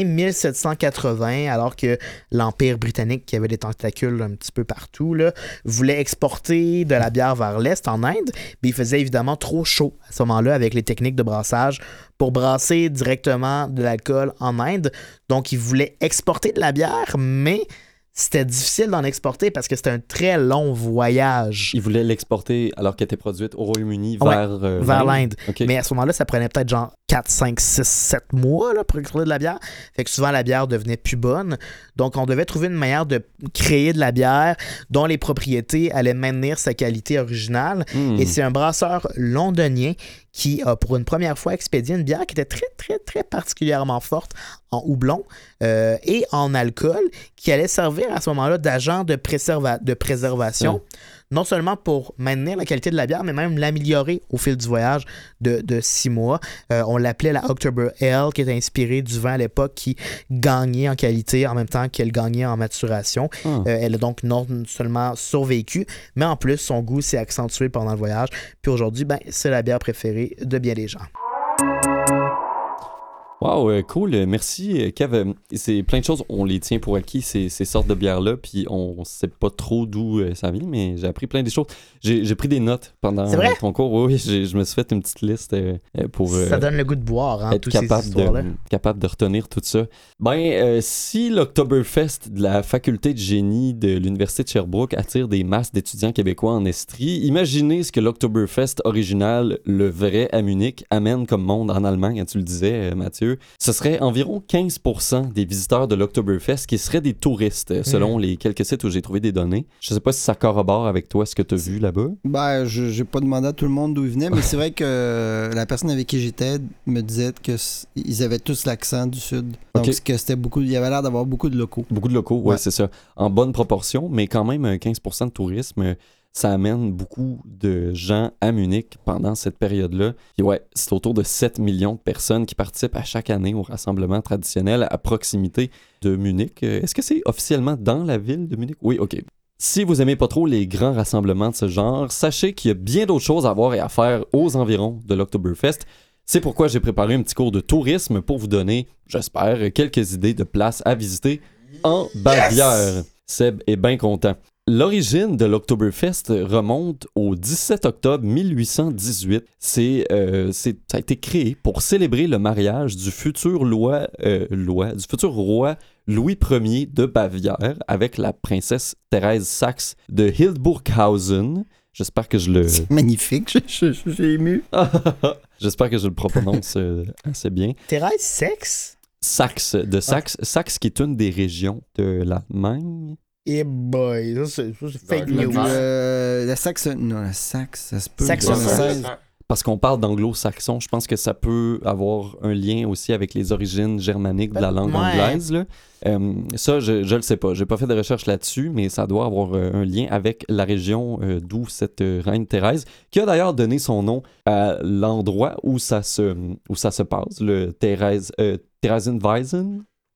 1780, alors que l'Empire britannique, qui avait des tentacules un petit peu partout, là, voulait exporter de la bière vers l'Est, en Inde, mais il faisait évidemment trop chaud à ce moment-là avec les techniques de brassage pour brasser directement de l'alcool en Inde. Donc, il voulait exporter de la bière, mais c'était difficile d'en exporter parce que c'était un très long voyage. Ils voulaient l'exporter alors qu'elle était produite au Royaume-Uni vers l'Inde. Okay. Mais à ce moment-là, ça prenait peut-être genre 4, 5, 6, 7 mois là, pour exporter de la bière. Fait que souvent, la bière devenait plus bonne. Donc, on devait trouver une manière de créer de la bière dont les propriétés allaient maintenir sa qualité originale. Et c'est un brasseur londonien qui a pour une première fois expédié une bière qui était très, très, très particulièrement forte en houblon et en alcool, qui allait servir à ce moment-là d'agent de préservation, non seulement pour maintenir la qualité de la bière, mais même l'améliorer au fil du voyage de 6 mois. On l'appelait la October Ale, qui était inspirée du vin à l'époque qui gagnait en qualité en même temps qu'elle gagnait en maturation. Elle a donc non seulement survécu, mais en plus, son goût s'est accentué pendant le voyage. Puis aujourd'hui, c'est la bière préférée de bien des gens. Wow, cool. Merci, Kev. C'est plein de choses, on les tient pour acquis, ces sortes de bières-là, puis on sait pas trop d'où ça vient, mais j'ai appris plein de choses. J'ai pris des notes pendant ton cours. Oui, je me suis fait une petite liste pour... ça donne le goût de boire, hein, être capable de retenir tout ça. Si l'Oktoberfest de la faculté de génie de l'Université de Sherbrooke attire des masses d'étudiants québécois en Estrie, imaginez ce que l'Oktoberfest original, le vrai à Munich, amène comme monde en Allemagne, tu le disais, Mathieu. Ce serait environ 15% des visiteurs de l'Oktoberfest qui seraient des touristes, selon les quelques sites où j'ai trouvé des données. Je sais pas si ça corrobore avec toi ce que tu as vu là-bas. J'ai pas demandé à tout le monde d'où ils venaient, mais c'est vrai que la personne avec qui j'étais me disait qu'ils avaient tous l'accent du Sud. Donc, que c'était il y avait l'air d'avoir beaucoup de locaux. Beaucoup de locaux, ouais, c'est ça. En bonne proportion, mais quand même 15% de tourisme. Ça amène beaucoup de gens à Munich pendant cette période-là. Et ouais, c'est autour de 7 millions de personnes qui participent à chaque année au rassemblement traditionnel à proximité de Munich. Est-ce que c'est officiellement dans la ville de Munich? Oui, ok. Si vous aimez pas trop les grands rassemblements de ce genre, sachez qu'il y a bien d'autres choses à voir et à faire aux environs de l'Oktoberfest. C'est pourquoi j'ai préparé un petit cours de tourisme pour vous donner, j'espère, quelques idées de places à visiter en Bavière. Seb est bien content. L'origine de l'Oktoberfest remonte au 17 octobre 1818. Ça a été créé pour célébrer le mariage du futur roi Louis Ier de Bavière avec la princesse Thérèse Saxe de Hildburghausen. J'espère que je le... C'est magnifique, j'ai ému. J'espère que je le prononce assez bien. Thérèse Saxe? Saxe, de Saxe. Saxe qui est une des régions de l'Allemagne. Eh boy, ça c'est fake news. La Saxe, ça se peut. Parce qu'on parle d'anglo-saxon, je pense que ça peut avoir un lien aussi avec les origines germaniques de la langue anglaise. Là. Ça, je le sais pas. J'ai pas fait de recherche là-dessus, mais ça doit avoir un lien avec la région d'où cette reine Thérèse, qui a d'ailleurs donné son nom à l'endroit où ça se passe, le Theresienwiesen.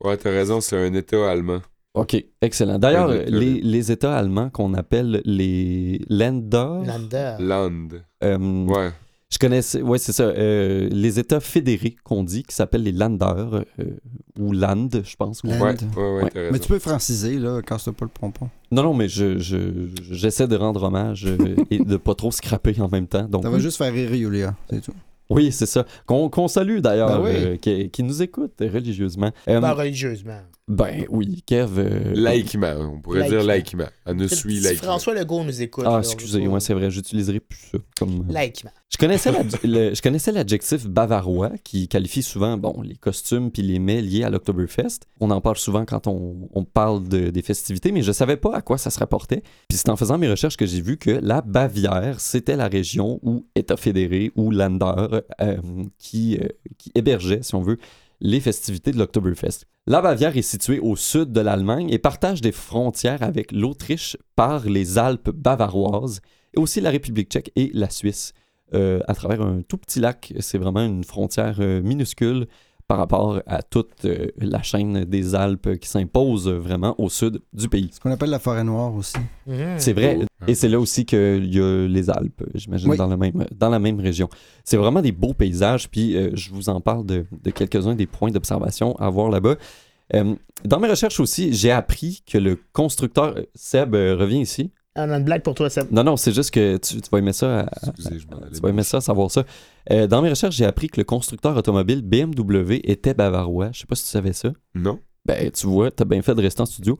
Ouais, t'as raison, c'est un État allemand. OK, excellent. D'ailleurs, Un État, les États allemands qu'on appelle les Länder... Land. Ouais. Je connaissais, ouais, c'est ça. Les États fédérés qu'on dit, qui s'appellent les Länder, ou Land, je pense. Land. Ouais, Ouais. t'as raison. Mais tu peux franciser, là, quand c'est pas le pompon. Non, mais j'essaie de rendre hommage et de pas trop scraper en même temps. Donc, Ça va juste faire rire Yulia, c'est tout. oui, c'est ça. Qu'on salue d'ailleurs, Ben oui. qui nous écoute religieusement. Pas religieusement. Ben oui, Kev. Laïquement, on pourrait dire laïquement. Elle nous suit Si laïquement. François Legault nous écoute. Ah, là, excusez, on va ouais, c'est vrai, j'utiliserai plus ça comme. laïquement. Je connaissais l'adjectif bavarois qui qualifie souvent les costumes puis les mets liés à l'Oktoberfest. On en parle souvent quand on parle des festivités, mais je savais pas à quoi ça se rapportait. Puis c'est en faisant mes recherches que j'ai vu que la Bavière, c'était la région ou État fédéré ou Länder qui hébergeait, si on veut, les festivités de l'Oktoberfest. La Bavière est située au sud de l'Allemagne et partage des frontières avec l'Autriche par les Alpes bavaroises et aussi la République tchèque et la Suisse. À travers un tout petit lac, c'est vraiment une frontière minuscule par rapport à toute la chaîne des Alpes qui s'impose vraiment au sud du pays. Ce qu'on appelle la forêt noire aussi. C'est vrai, et c'est là aussi qu'il y a les Alpes, j'imagine, Oui. dans la même région. C'est vraiment des beaux paysages, puis je vous en parle de quelques-uns des points d'observation à voir là-bas. Dans mes recherches aussi, j'ai appris que le constructeur... Seb, reviens ici. On a une blague pour toi, Seb. Non, c'est juste que tu vas aimer ça. Excusez, je m'en allais. Tu vas aimer ça, savoir ça. Dans mes recherches, j'ai appris que le constructeur automobile BMW était bavarois. Je sais pas si tu savais ça. Non? Ben, tu vois, t'as bien fait de rester en studio.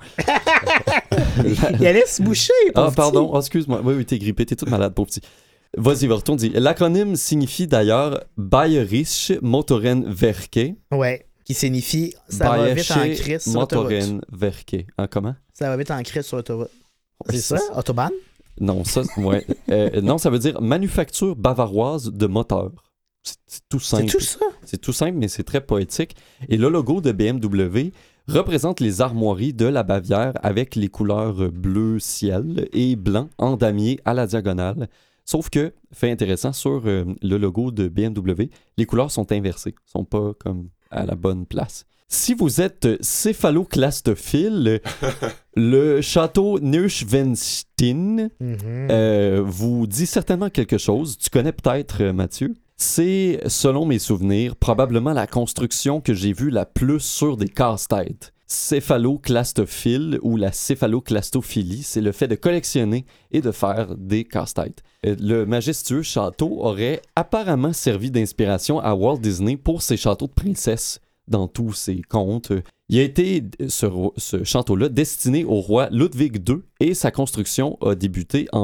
Il allait se boucher. Ah, pardon, excuse-moi. Oui, t'es grippé, t'es toute malade, pauvre petit. Vas-y, retourne. L'acronyme signifie d'ailleurs Bayerische Motorenwerke. Ouais, qui signifie ça va vite en crise sur l'autoroute. Motorenwerke. Ah, comment? Ça va vite en crise sur l'autoroute. C'est ça, Autobahn? Non, ça, ouais. Non, ça veut dire manufacture bavaroise de moteurs. C'est tout simple. C'est tout ça? C'est tout simple, mais c'est très poétique. Et le logo de BMW représente les armoiries de la Bavière avec les couleurs bleu ciel et blanc en damier à la diagonale. Sauf que, fait intéressant, sur le logo de BMW, les couleurs sont inversées. Elles sont pas comme à la bonne place. Si vous êtes céphaloclastophile, le château Neuschwanstein vous dit certainement quelque chose. Tu connais peut-être, Mathieu. C'est, selon mes souvenirs, probablement la construction que j'ai vue la plus sur des casse-têtes. Céphaloclastophile ou la céphaloclastophilie, c'est le fait de collectionner et de faire des casse-têtes. Le majestueux château aurait apparemment servi d'inspiration à Walt Disney pour ses châteaux de princesses dans tous ses contes. Il a été, ce château-là, destiné au roi Ludwig II et sa construction a débuté en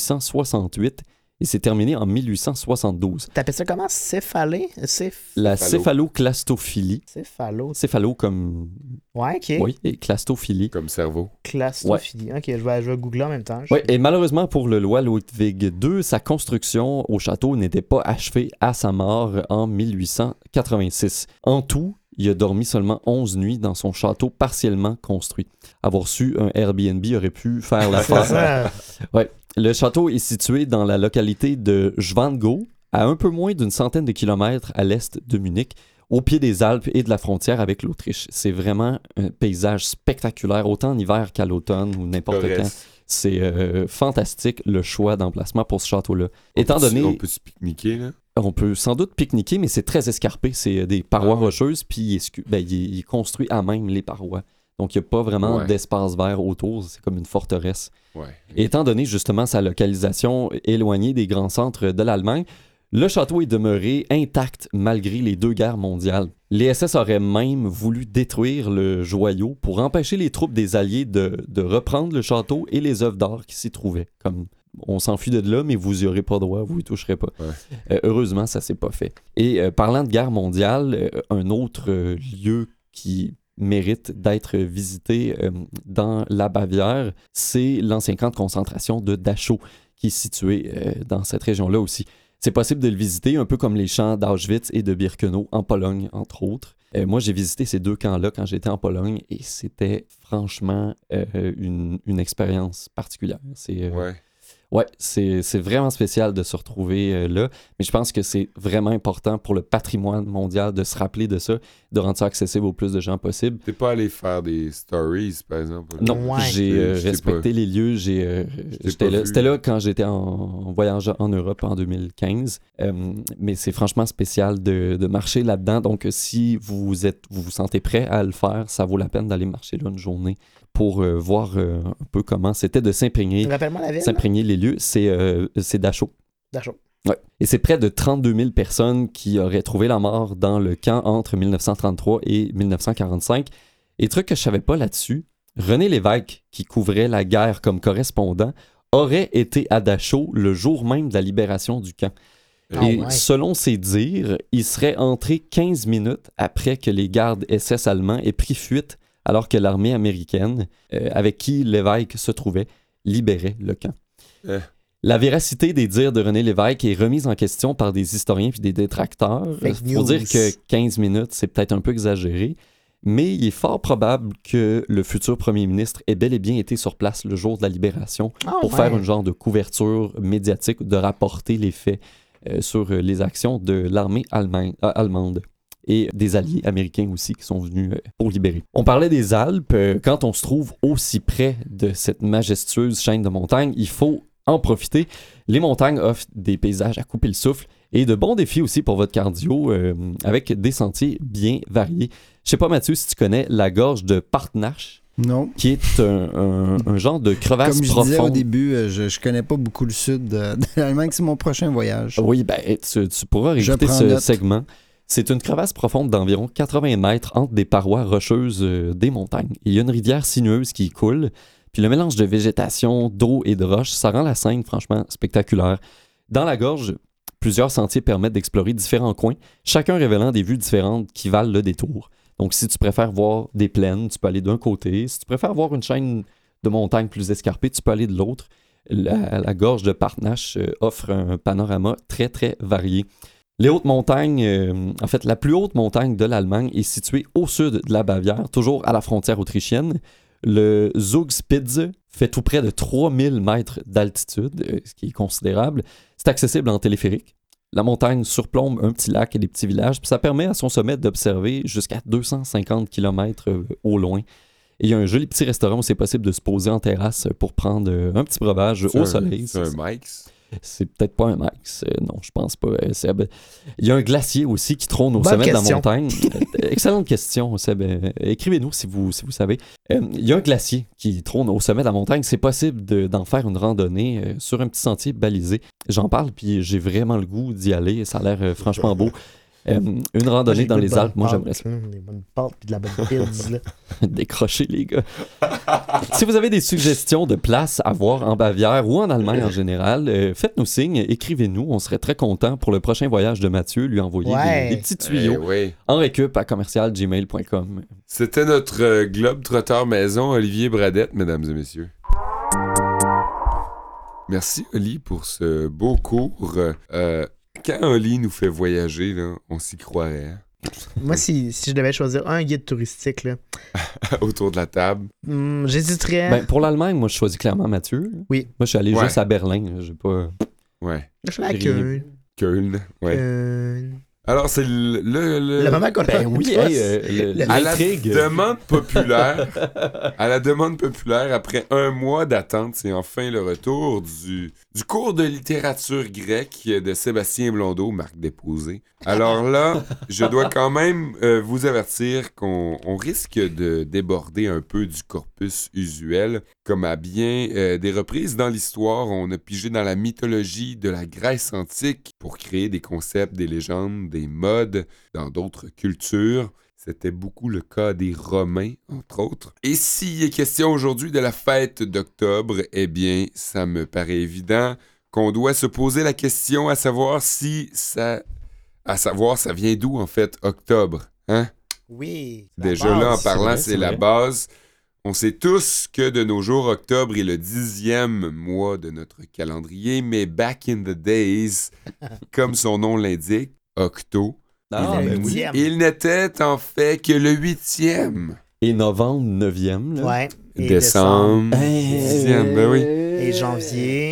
1868 et s'est terminée en 1872. T'appelles ça comment? Céphalée? La céphaloclastophilie. Céphalo comme... Ouais, OK. Oui, et clastophilie. Comme cerveau. Clastophilie. OK, je vais googler en même temps. Oui, et malheureusement pour le roi Ludwig II, sa construction au château n'était pas achevée à sa mort en 1886. En tout, il a dormi seulement 11 nuits dans son château partiellement construit. Avoir su, un Airbnb aurait pu faire l'affaire. Ouais. Le château est situé dans la localité de Schwangau, à un peu moins d'une centaine de kilomètres à l'est de Munich, au pied des Alpes et de la frontière avec l'Autriche. C'est vraiment un paysage spectaculaire, autant en hiver qu'à l'automne ou n'importe quand. C'est fantastique le choix d'emplacement pour ce château-là. Étant donné... On peut se pique-niquer, là? On peut sans doute pique-niquer, mais c'est très escarpé. C'est des parois rocheuses, puis il est construit à même les parois. Donc, il n'y a pas vraiment d'espace vert autour. C'est comme une forteresse. Ouais. Et étant donné justement sa localisation éloignée des grands centres de l'Allemagne, le château est demeuré intact malgré les 2 guerres mondiales. Les SS auraient même voulu détruire le joyau pour empêcher les troupes des Alliés de reprendre le château et les œuvres d'art qui s'y trouvaient. Comme on s'enfuit de là, mais vous n'y aurez pas droit, vous y toucherez pas. Ouais. Heureusement, ça s'est pas fait. Et parlant de guerre mondiale, un autre lieu qui mérite d'être visité dans la Bavière, c'est l'ancien camp de concentration de Dachau, qui est situé dans cette région-là aussi. C'est possible de le visiter, un peu comme les champs d'Auschwitz et de Birkenau en Pologne, entre autres. Moi, j'ai visité ces 2 camps-là quand j'étais en Pologne et c'était franchement une expérience particulière. C'est, Ouais, c'est vraiment spécial de se retrouver là, mais je pense que c'est vraiment important pour le patrimoine mondial de se rappeler de ça, de rendre ça accessible au plus de gens possible. T'es pas allé faire des stories, par exemple? Non, Ouais. j'ai Je t'ai respecté les lieux. pas vu. C'était là quand j'étais en voyage en Europe en 2015. Mais c'est franchement spécial de marcher là-dedans. Donc, si vous vous sentez prêt à le faire, ça vaut la peine d'aller marcher là une journée pour voir un peu comment c'était de s'imprégner Rappelle-moi la ville. les lieux. C'est Dachau. Dachau. Ouais. Et c'est près de 32 000 personnes qui auraient trouvé la mort dans le camp entre 1933 et 1945. Et truc que je savais pas là-dessus, René Lévesque, qui couvrait la guerre comme correspondant, aurait été à Dachau le jour même de la libération du camp. Et ouais. selon ses dires, il serait entré 15 minutes après que les gardes SS allemands aient pris fuite alors que l'armée américaine, avec qui Lévesque se trouvait, libérait le camp. La véracité des dires de René Lévesque est remise en question par des historiens puis des détracteurs. Fake Il faut news. dire que 15 minutes, c'est peut-être un peu exagéré, mais il est fort probable que le futur premier ministre ait bel et bien été sur place le jour de la libération pour faire un genre de couverture médiatique, de rapporter les faits sur les actions de l'armée allemande et des alliés américains aussi qui sont venus pour libérer. On parlait des Alpes. Quand on se trouve aussi près de cette majestueuse chaîne de montagnes, il faut en profiter. Les montagnes offrent des paysages à couper le souffle et de bons défis aussi pour votre cardio avec des sentiers bien variés. Je sais pas, Mathieu, si tu connais la gorge de Partnache, Non. qui est un genre de crevasse Comme je profonde. disais au début, je connais pas beaucoup le sud de l'Allemagne. C'est mon prochain voyage. Oui, ben, tu pourras réécouter prends ce note. segment. C'est une crevasse profonde d'environ 80 mètres entre des parois rocheuses des montagnes. Il y a une rivière sinueuse qui y coule, puis le mélange de végétation, d'eau et de roches, ça rend la scène franchement spectaculaire. Dans la gorge, plusieurs sentiers permettent d'explorer différents coins, chacun révélant des vues différentes qui valent le détour. Donc si tu préfères voir des plaines, tu peux aller d'un côté. Si tu préfères voir une chaîne de montagnes plus escarpée, tu peux aller de l'autre. La gorge de Partnache offre un panorama très, très varié. Les hautes montagnes, en fait, la plus haute montagne de l'Allemagne est située au sud de la Bavière, toujours à la frontière autrichienne. Le Zugspitze fait tout près de 3000 mètres d'altitude, ce qui est considérable. C'est accessible en téléphérique. La montagne surplombe un petit lac et des petits villages, puis ça permet à son sommet d'observer jusqu'à 250 km au loin. Et il y a un joli petit restaurant où c'est possible de se poser en terrasse pour prendre un petit breuvage au soleil. C'est un Mike's. C'est peut-être pas un max, non, je pense pas, Seb. Il y a un glacier aussi qui trône au Bonne sommet de la question. montagne. Excellente question, Seb. Écrivez-nous si vous savez. Il y a un glacier qui trône au sommet de la montagne. C'est possible d'en faire une randonnée sur un petit sentier balisé. J'en parle, puis j'ai vraiment le goût d'y aller. Ça a l'air franchement beau. Une randonnée dans les Alpes, moi j'aimerais ça. Des bonnes pâtes puis de la bonne pizza. Là. Décrocher, les gars. Si vous avez des suggestions de places à voir en Bavière ou en Allemagne en général, faites-nous signe, écrivez-nous. On serait très contents pour le prochain voyage de Mathieu, lui envoyer Ouais. des petits tuyaux Oui. en récup@commercialgmail.com. C'était notre globe-trotteur maison, Olivier Bradette, mesdames et messieurs. Merci, Oli, pour ce beau cours. Quand Oli nous fait voyager, là, on s'y croirait. Hein? Moi, si je devais choisir un guide touristique, là, Autour de la table. j'hésiterais. Ben, pour l'Allemagne, moi je choisis clairement Mathieu. Oui. Moi je suis allé Ouais. juste à Berlin. J'ai pas. Ouais. je suis à j'ai Köln. Köln. Ouais. Alors, c'est Le moment qu'on Ben oui, hey, À la l'intrigue. demande populaire, après un mois d'attente, c'est enfin le retour du cours de littérature grecque de Sébastien Blondeau, Marc Déposé. Alors là, je dois quand même vous avertir qu'on risque de déborder un peu du corpus usuel. Comme à bien des reprises dans l'histoire, on a pigé dans la mythologie de la Grèce antique pour créer des concepts, des légendes, des modes dans d'autres cultures. C'était beaucoup le cas des Romains, entre autres. Et s'il est question aujourd'hui de la fête d'octobre, eh bien, ça me paraît évident qu'on doit se poser la question à savoir ça vient d'où, en fait, octobre, hein? Oui. Déjà là, en parlant, vrai, c'est c'est la vrai. base. On sait tous que de nos jours, octobre est le 10e mois de notre calendrier, mais back in the days, comme son nom l'indique, octo, Ah, Il est ben oui. 8e. il n'était en fait que le 8e. Et novembre, 9e. Là. Ouais. Et Décembre, Hey, 10e, ben oui. Et janvier.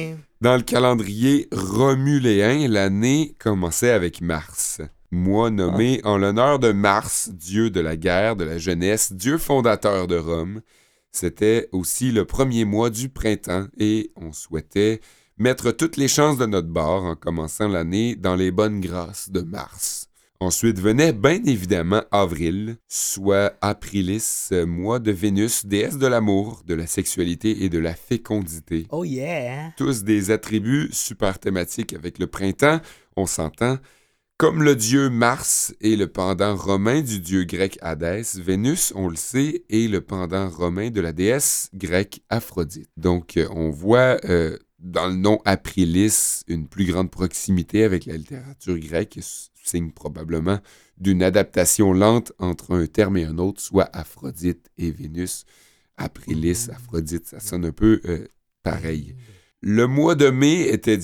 Dans le calendrier romuléen, l'année commençait avec Mars. Mois nommé en l'honneur de Mars, dieu de la guerre, de la jeunesse, dieu fondateur de Rome. C'était aussi le premier mois du printemps et on souhaitait mettre toutes les chances de notre bord en commençant l'année dans les bonnes grâces de Mars. Ensuite venait bien évidemment avril, soit Aprilis, mois de Vénus, déesse de l'amour, de la sexualité et de la fécondité. Oh yeah! Tous des attributs super thématiques avec le printemps, on s'entend. Comme le dieu Mars est le pendant romain du dieu grec Hadès, Vénus, on le sait, est le pendant romain de la déesse grecque Aphrodite. Donc, on voit dans le nom Aprilis une plus grande proximité avec la littérature grecque, signe probablement d'une adaptation lente entre un terme et un autre, soit Aphrodite et Vénus. Aprilis, Aphrodite, ça sonne un peu pareil. Le mois de mai était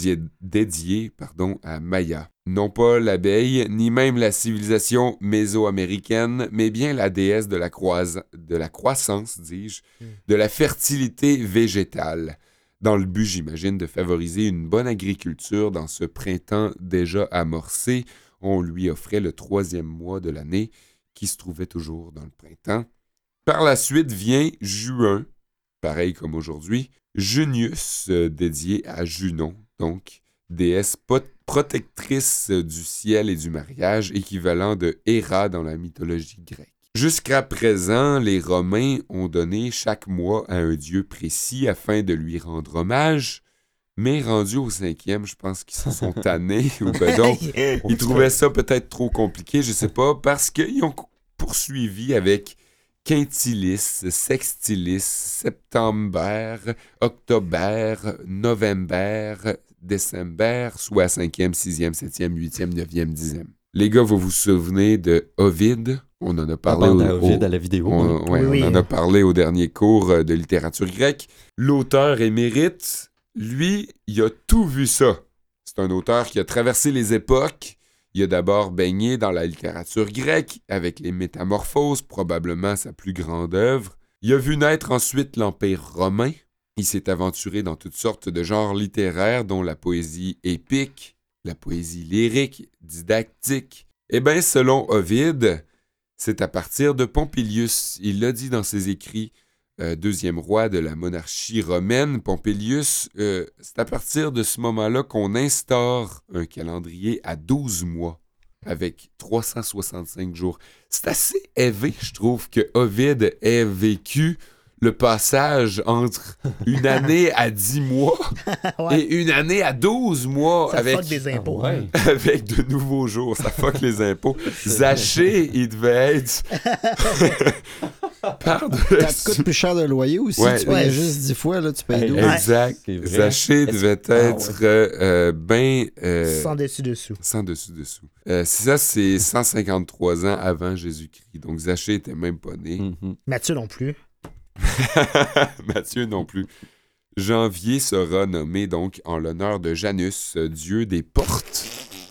dédié à Maya. Non pas l'abeille, ni même la civilisation mésoaméricaine, mais bien la déesse de la croissance, dis-je, de la fertilité végétale. Dans le but, j'imagine, de favoriser une bonne agriculture dans ce printemps déjà amorcé, on lui offrait le 3e mois de l'année, qui se trouvait toujours dans le printemps. Par la suite vient juin, pareil comme aujourd'hui, Junius, dédié à Junon, donc déesse protectrice du ciel et du mariage, équivalent de Héra dans la mythologie grecque. Jusqu'à présent, les Romains ont donné chaque mois à un dieu précis afin de lui rendre hommage, mais rendu au 5e, je pense qu'ils se sont tannés, ou ben donc, ils trouvaient ça peut-être trop compliqué, je sais pas, parce qu'ils ont poursuivi avec Quintilis, Sextilis, September, October, November, Décember, soit 5e, 6e, 7e, 8e, 9e, 10e. Les gars, vous vous souvenez de Ovide? On en a parlé Ovide à la vidéo. On en a parlé au dernier cours de littérature grecque. L'auteur émérite, lui, il a tout vu ça. C'est un auteur qui a traversé les époques. Il a d'abord baigné dans la littérature grecque, avec les Métamorphoses, probablement sa plus grande œuvre. Il a vu naître ensuite l'Empire romain. Il s'est aventuré dans toutes sortes de genres littéraires, dont la poésie épique, la poésie lyrique, didactique. Eh bien, selon Ovide, c'est à partir de Pompilius. Il l'a dit dans ses écrits, deuxième roi de la monarchie romaine, Pompilius, c'est à partir de ce moment-là qu'on instaure un calendrier à 12 mois, avec 365 jours. C'est assez élevé, je trouve, que Ovide ait vécu le passage entre une année à 10 mois Ouais. et une année à 12 mois Ça avec, fuck des impôts. avec de nouveaux jours. Ça fuck les impôts. Zaché, il devait être Ça te par-dessus. coûte plus cher de loyer aussi. Ouais. Tu payes Ouais. juste 10 fois, là, tu payes 12. Exact. C'est vrai. Zaché devait être bien... Sans dessus-dessous. sans dessus-dessous. C'est 153 ans avant Jésus-Christ. Donc Zaché était même pas né. Mhm. Mathieu non plus. Mathieu non plus. Janvier sera nommé donc en l'honneur de Janus, dieu des portes.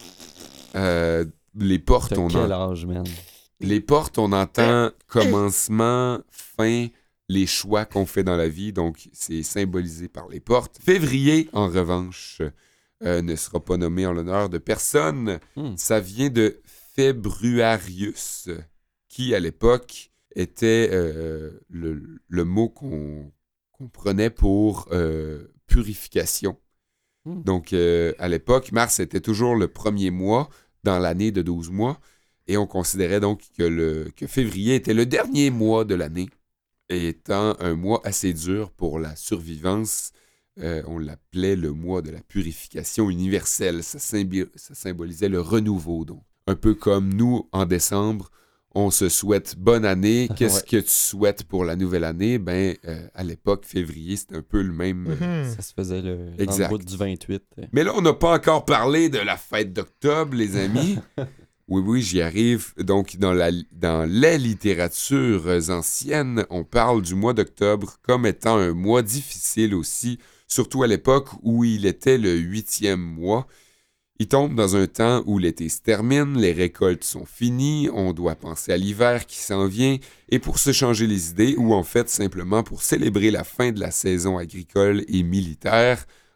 Les portes, T'as quel âge, man? les portes, on entend commencement, fin, les choix qu'on fait dans la vie, donc c'est symbolisé par les portes. Février, en revanche, ne sera pas nommé en l'honneur de personne. Ça vient de Februarius, qui à l'époque était le mot qu'on prenait pour purification. Donc, à l'époque, mars était toujours le premier mois dans l'année de 12 mois, et on considérait donc que février était le dernier mois de l'année, et étant un mois assez dur pour la survivance, on l'appelait le mois de la purification universelle. Ça symbolisait le renouveau, donc. Un peu comme nous, en décembre, on se souhaite bonne année. Qu'est-ce que tu souhaites pour la nouvelle année? À l'époque, février, c'était un peu le même... Ça se faisait dans Exact. le bout du 28. Mais là, on n'a pas encore parlé de la fête d'octobre, les amis. Oui, j'y arrive. Donc, dans les littératures anciennes, on parle du mois d'octobre comme étant un mois difficile aussi, surtout à l'époque où il était le 8e mois. Il tombe dans un temps où l'été se termine, les récoltes sont finies, on doit penser à l'hiver qui s'en vient, et pour se changer les idées, ou en fait simplement pour célébrer la fin de la saison agricole et militaire,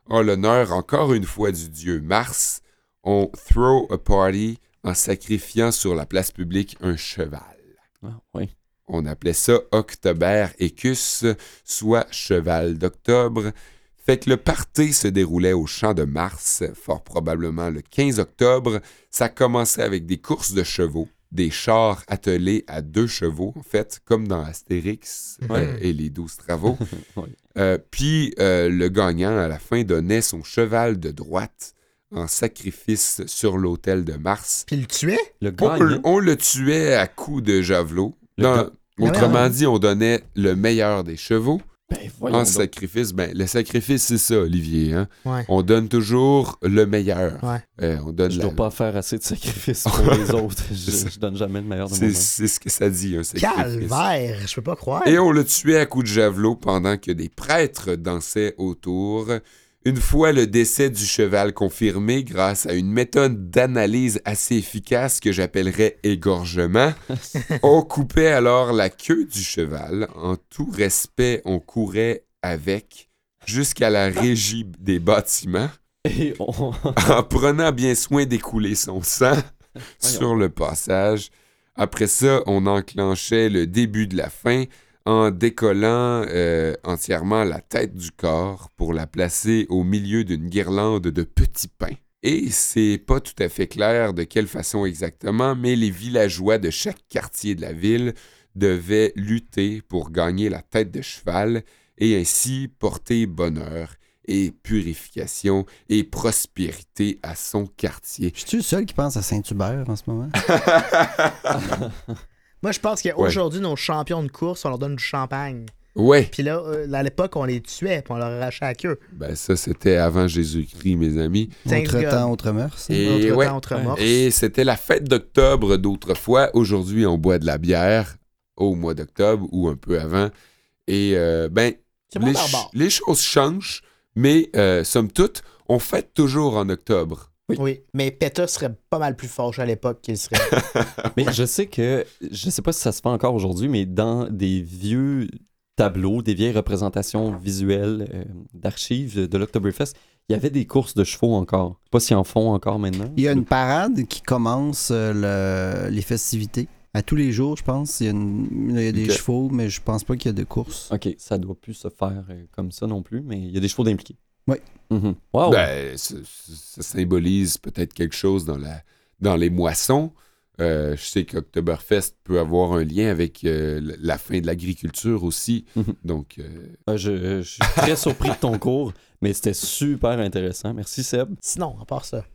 en l'honneur encore une fois du dieu Mars, on throw a party en sacrifiant sur la place publique un cheval. Ah, oui. On appelait ça October Ecus, soit cheval d'octobre. Fait que le party se déroulait au champ de Mars, fort probablement le 15 octobre. Ça commençait avec des courses de chevaux, des chars attelés à 2 chevaux, en fait, comme dans Astérix et les 12 travaux. Oui. Puis le gagnant, à la fin, donnait son cheval de droite en sacrifice sur l'autel de Mars. Puis il le tuait? Le gagnant. On le tuait à coups de javelot. Autrement dit, on donnait le meilleur des chevaux Ben, voyons en donc. sacrifice. Ben, le sacrifice, c'est ça, Olivier. Hein? Ouais. On donne toujours le meilleur. Ouais. On donne Je la- dois pas faire assez de sacrifices pour les autres. Je donne jamais le meilleur de moi-même. c'est ce que ça dit, un sacrifice. Calvaire, je peux pas croire. Et on le tuait à coups de javelot pendant que des prêtres dansaient autour. Une fois le décès du cheval confirmé grâce à une méthode d'analyse assez efficace que j'appellerais égorgement, on coupait alors la queue du cheval. En tout respect, on courait avec jusqu'à la régie des bâtiments Et on... en prenant bien soin d'écouler son sang sur le passage. Après ça, on enclenchait le début de la fin en décollant entièrement la tête du corps pour la placer au milieu d'une guirlande de petits pains. Et c'est pas tout à fait clair de quelle façon exactement, mais les villageois de chaque quartier de la ville devaient lutter pour gagner la tête de cheval et ainsi porter bonheur et purification et prospérité à son quartier. Je suis le seul qui pense à Saint-Hubert en ce moment. Moi, je pense qu'aujourd'hui, nos champions de course, on leur donne du champagne. Ouais, Puis là, à l'époque, on les tuait, puis on leur arrachait la queue. ben ça c'était avant Jésus-Christ, mes amis. Thank Autre God. temps, autre mœurs. Et Autre ouais. temps, autre morse. Et c'était la fête d'octobre d'autrefois. Aujourd'hui, on boit de la bière au mois d'octobre ou un peu avant. Et ben, C'est bon barbare. les choses changent, mais somme toute, on fête toujours en octobre. Oui, mais PETA serait pas mal plus fâché à l'époque qu'il serait. Mais je sais pas si ça se fait encore aujourd'hui, mais dans des vieux tableaux, des vieilles représentations visuelles d'archives de l'Oktoberfest, il y avait des courses de chevaux encore. Je sais pas s'ils en font encore maintenant. Il y a une parade qui commence les festivités. À tous les jours, je pense. Il y a des Ok. chevaux, mais je pense pas qu'il y a de courses. Ok, ça doit plus se faire comme ça non plus, mais il y a des chevaux d'impliqués. Oui. Mhm. Wow. Ben, ça symbolise peut-être quelque chose dans les moissons. Je sais qu'Oktoberfest peut avoir un lien avec la fin de l'agriculture aussi. Mhm. Donc, Je suis très surpris de ton cours, mais c'était super intéressant. Merci Seb. Sinon, à part ça.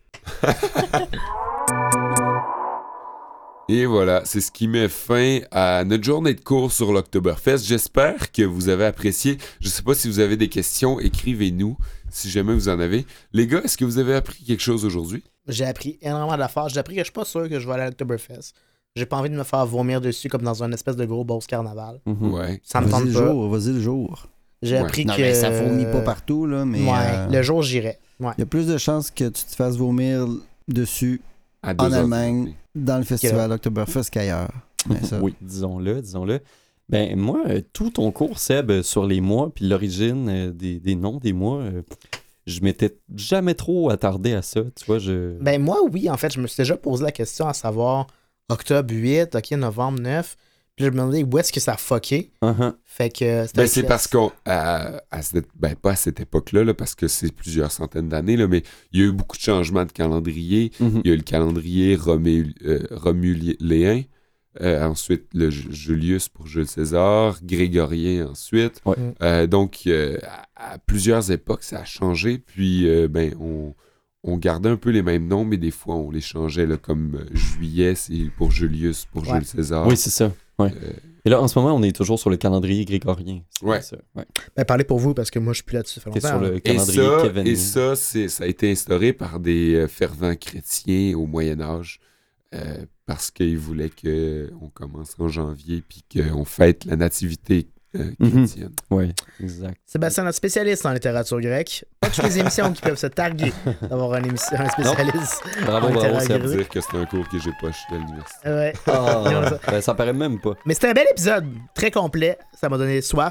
et voilà, c'est ce qui met fin à notre journée de cours sur l'Oktoberfest. J'espère que vous avez apprécié. Je ne sais pas si vous avez des questions, écrivez-nous si jamais vous en avez. Les gars, est-ce que vous avez appris quelque chose aujourd'hui? J'ai appris énormément d'affaires. J'ai appris que je suis pas sûr que je vais aller à l'Oktoberfest. J'ai pas envie de me faire vomir dessus comme dans un espèce de gros boss carnaval. Mhm. Ouais. Ça me Vas-y tente le pas. jour, vas-y le jour. J'ai Ouais. appris Non, que... mais ça vomit pas partout, là, mais Ouais, le jour, j'irai. Ouais. il y a plus de chances que tu te fasses vomir dessus À en 2 heures du Allemagne matin. dans le festival Oktoberfest qu'ailleurs. Mais ça, Oui, disons-le. Ben moi, tout ton cours, Seb, sur les mois puis l'origine des noms des mois, je m'étais jamais trop attardé à ça. Tu vois, Ben moi, oui, en fait, je me suis déjà posé la question à savoir octobre 8, ok, novembre 9. Puis là, je me demandais où est-ce que ça a fucké. Uh-huh. Fait que Ben, c'est parce qu'on, pas à cette époque-là, là, parce que c'est plusieurs centaines d'années, là, mais il y a eu beaucoup de changements de calendrier. Mhm. Il y a eu le calendrier romuléen, ensuite le Julius pour Jules César, grégorien ensuite. Ouais. Donc, à plusieurs époques, ça a changé. Puis, on gardait un peu les mêmes noms, mais des fois, on les changeait, là, comme juillet, c'est pour Julius, pour Ouais. Jules César. Oui, c'est ça. Ouais. Et là, en ce moment, on est toujours sur le calendrier grégorien. C'est Ouais. ça. Ouais. Ben, parlez pour vous, parce que moi, je suis plus là-dessus. Ça fait T'es longtemps. sur le Et calendrier kévenien. ça, ça a été instauré par des fervents chrétiens au Moyen Âge parce qu'ils voulaient qu'on commence en janvier puis qu'on fête la nativité chrétienne. Oui, exact. Sébastien, notre spécialiste en littérature grecque. Pas toutes les émissions qui peuvent se targuer d'avoir un spécialiste. Bravo, en bravo, littérature Seb. Ça veut grecque. dire que c'est un cours que j'ai pas acheté à l'université. Ouais. Ah, ben, ça paraît même pas. Mais c'était un bel épisode, très complet. Ça m'a donné soif.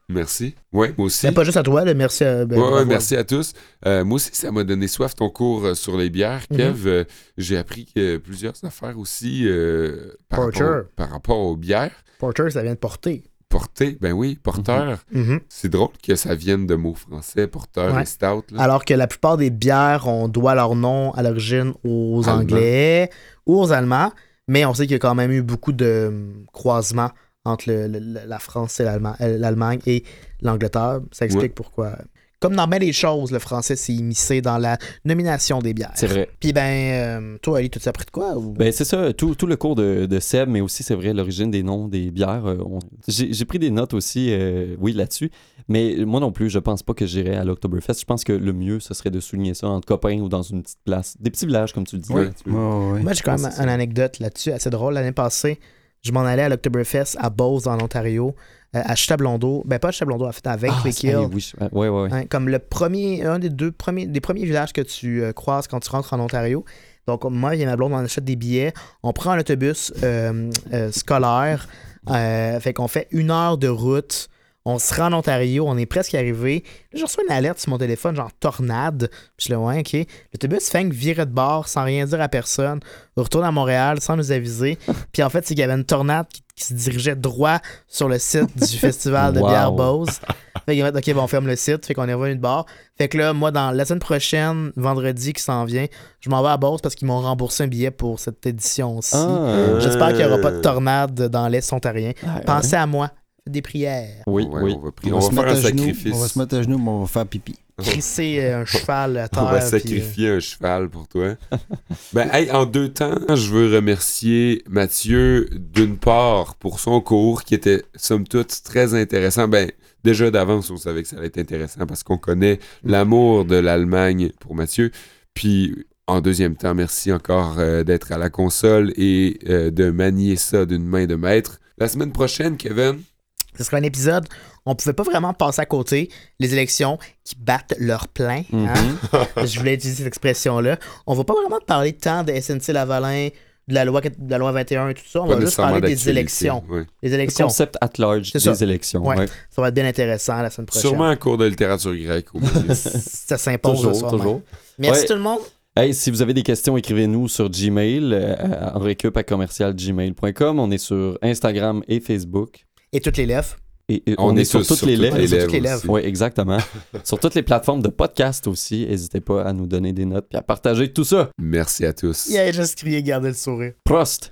Merci. Oui, moi aussi. Mais pas juste à toi, là, merci à... bravo. Merci à tous. Moi aussi, ça m'a donné soif ton cours sur les bières, Kev. J'ai appris plusieurs affaires aussi par rapport aux bières. Porter, ça vient de porter. Porter, ben oui, porteur. C'est drôle que ça vienne de mots français, porteur et stout. Là. Alors que la plupart des bières, on doit leur nom à l'origine aux Anglais ou aux Allemands, mais on sait qu'il y a quand même eu beaucoup de croisements entre la France et l'Allemagne et l'Angleterre. Ça explique pourquoi. Comme dans bien les choses, le français s'est immiscé dans la nomination des bières. C'est vrai. Puis toi, Ali, t'as appris de quoi? Ou... Ben c'est ça, tout le cours de Seb, mais aussi c'est vrai l'origine des noms des bières. J'ai pris des notes aussi, oui, là-dessus. Mais moi non plus, je pense pas que j'irai à l'Oktoberfest. Je pense que le mieux, ce serait de souligner ça entre copains ou dans une petite place. Des petits villages, comme tu le dis. Oui. Moi, j'ai quand même une anecdote là-dessus, assez drôle. L'année passée, je m'en allais à l'Oktoberfest à Beauce, en Ontario, à Chutablondeau. Ben, pas à Chutablondeau, en fait, à Vakewick-Hill. Oui. Comme un des premiers villages que tu croises quand tu rentres en Ontario. Donc, moi et ma blonde, on achète des billets. On prend un autobus scolaire. Fait qu'on fait 1 heure de route. On se rend en Ontario, on est presque arrivé. Là, je reçois une alerte sur mon téléphone, genre tornade. Puis je suis là, ouais, OK. L'autobus fait que virer de bord sans rien dire à personne. On retourne à Montréal sans nous aviser. Puis en fait, c'est qu'il y avait une tornade qui se dirigeait droit sur le site du festival de bière Beauce. Fait que, OK, bon, on ferme le site. Fait qu'on est revenu de bord. Fait que là, moi, dans la semaine prochaine, vendredi qui s'en vient, je m'en vais à Beauce parce qu'ils m'ont remboursé un billet pour cette édition-ci. J'espère qu'il n'y aura pas de tornade dans l'Est ontarien. Pensez à moi. Des prières. Oui. On va faire un sacrifice. On va se mettre à genoux, mais on va faire pipi. Crisser un cheval à terre. On va sacrifier un cheval pour toi. En 2 temps, je veux remercier Mathieu d'une part pour son cours qui était somme toute très intéressant. Déjà d'avance, on savait que ça allait être intéressant parce qu'on connaît l'amour de l'Allemagne pour Mathieu. Puis en deuxième temps, merci encore d'être à la console et de manier ça d'une main de maître. La semaine prochaine, Kevin... Ce sera un épisode, on pouvait pas vraiment passer à côté, les élections qui battent leur plein. Je voulais utiliser cette expression-là. On va pas vraiment parler tant de SNC-Lavalin, de la loi 21 et tout ça. On va juste parler des élections. Oui. Les élections. Le concept at large des élections. Ouais. Ça va être bien intéressant la semaine prochaine. Sûrement un cours de littérature grecque. Ça s'impose. Toujours. Merci tout le monde. Hey, si vous avez des questions, écrivez-nous sur Gmail, enrecup@commercialgmail.com. On est sur Instagram et Facebook. Et toutes les lèvres. Et on est sur toutes les lèvres. Oui, exactement. Sur toutes les plateformes de podcast aussi. N'hésitez pas à nous donner des notes et à partager tout ça. Merci à tous. Il a juste crié garder le sourire. Prost!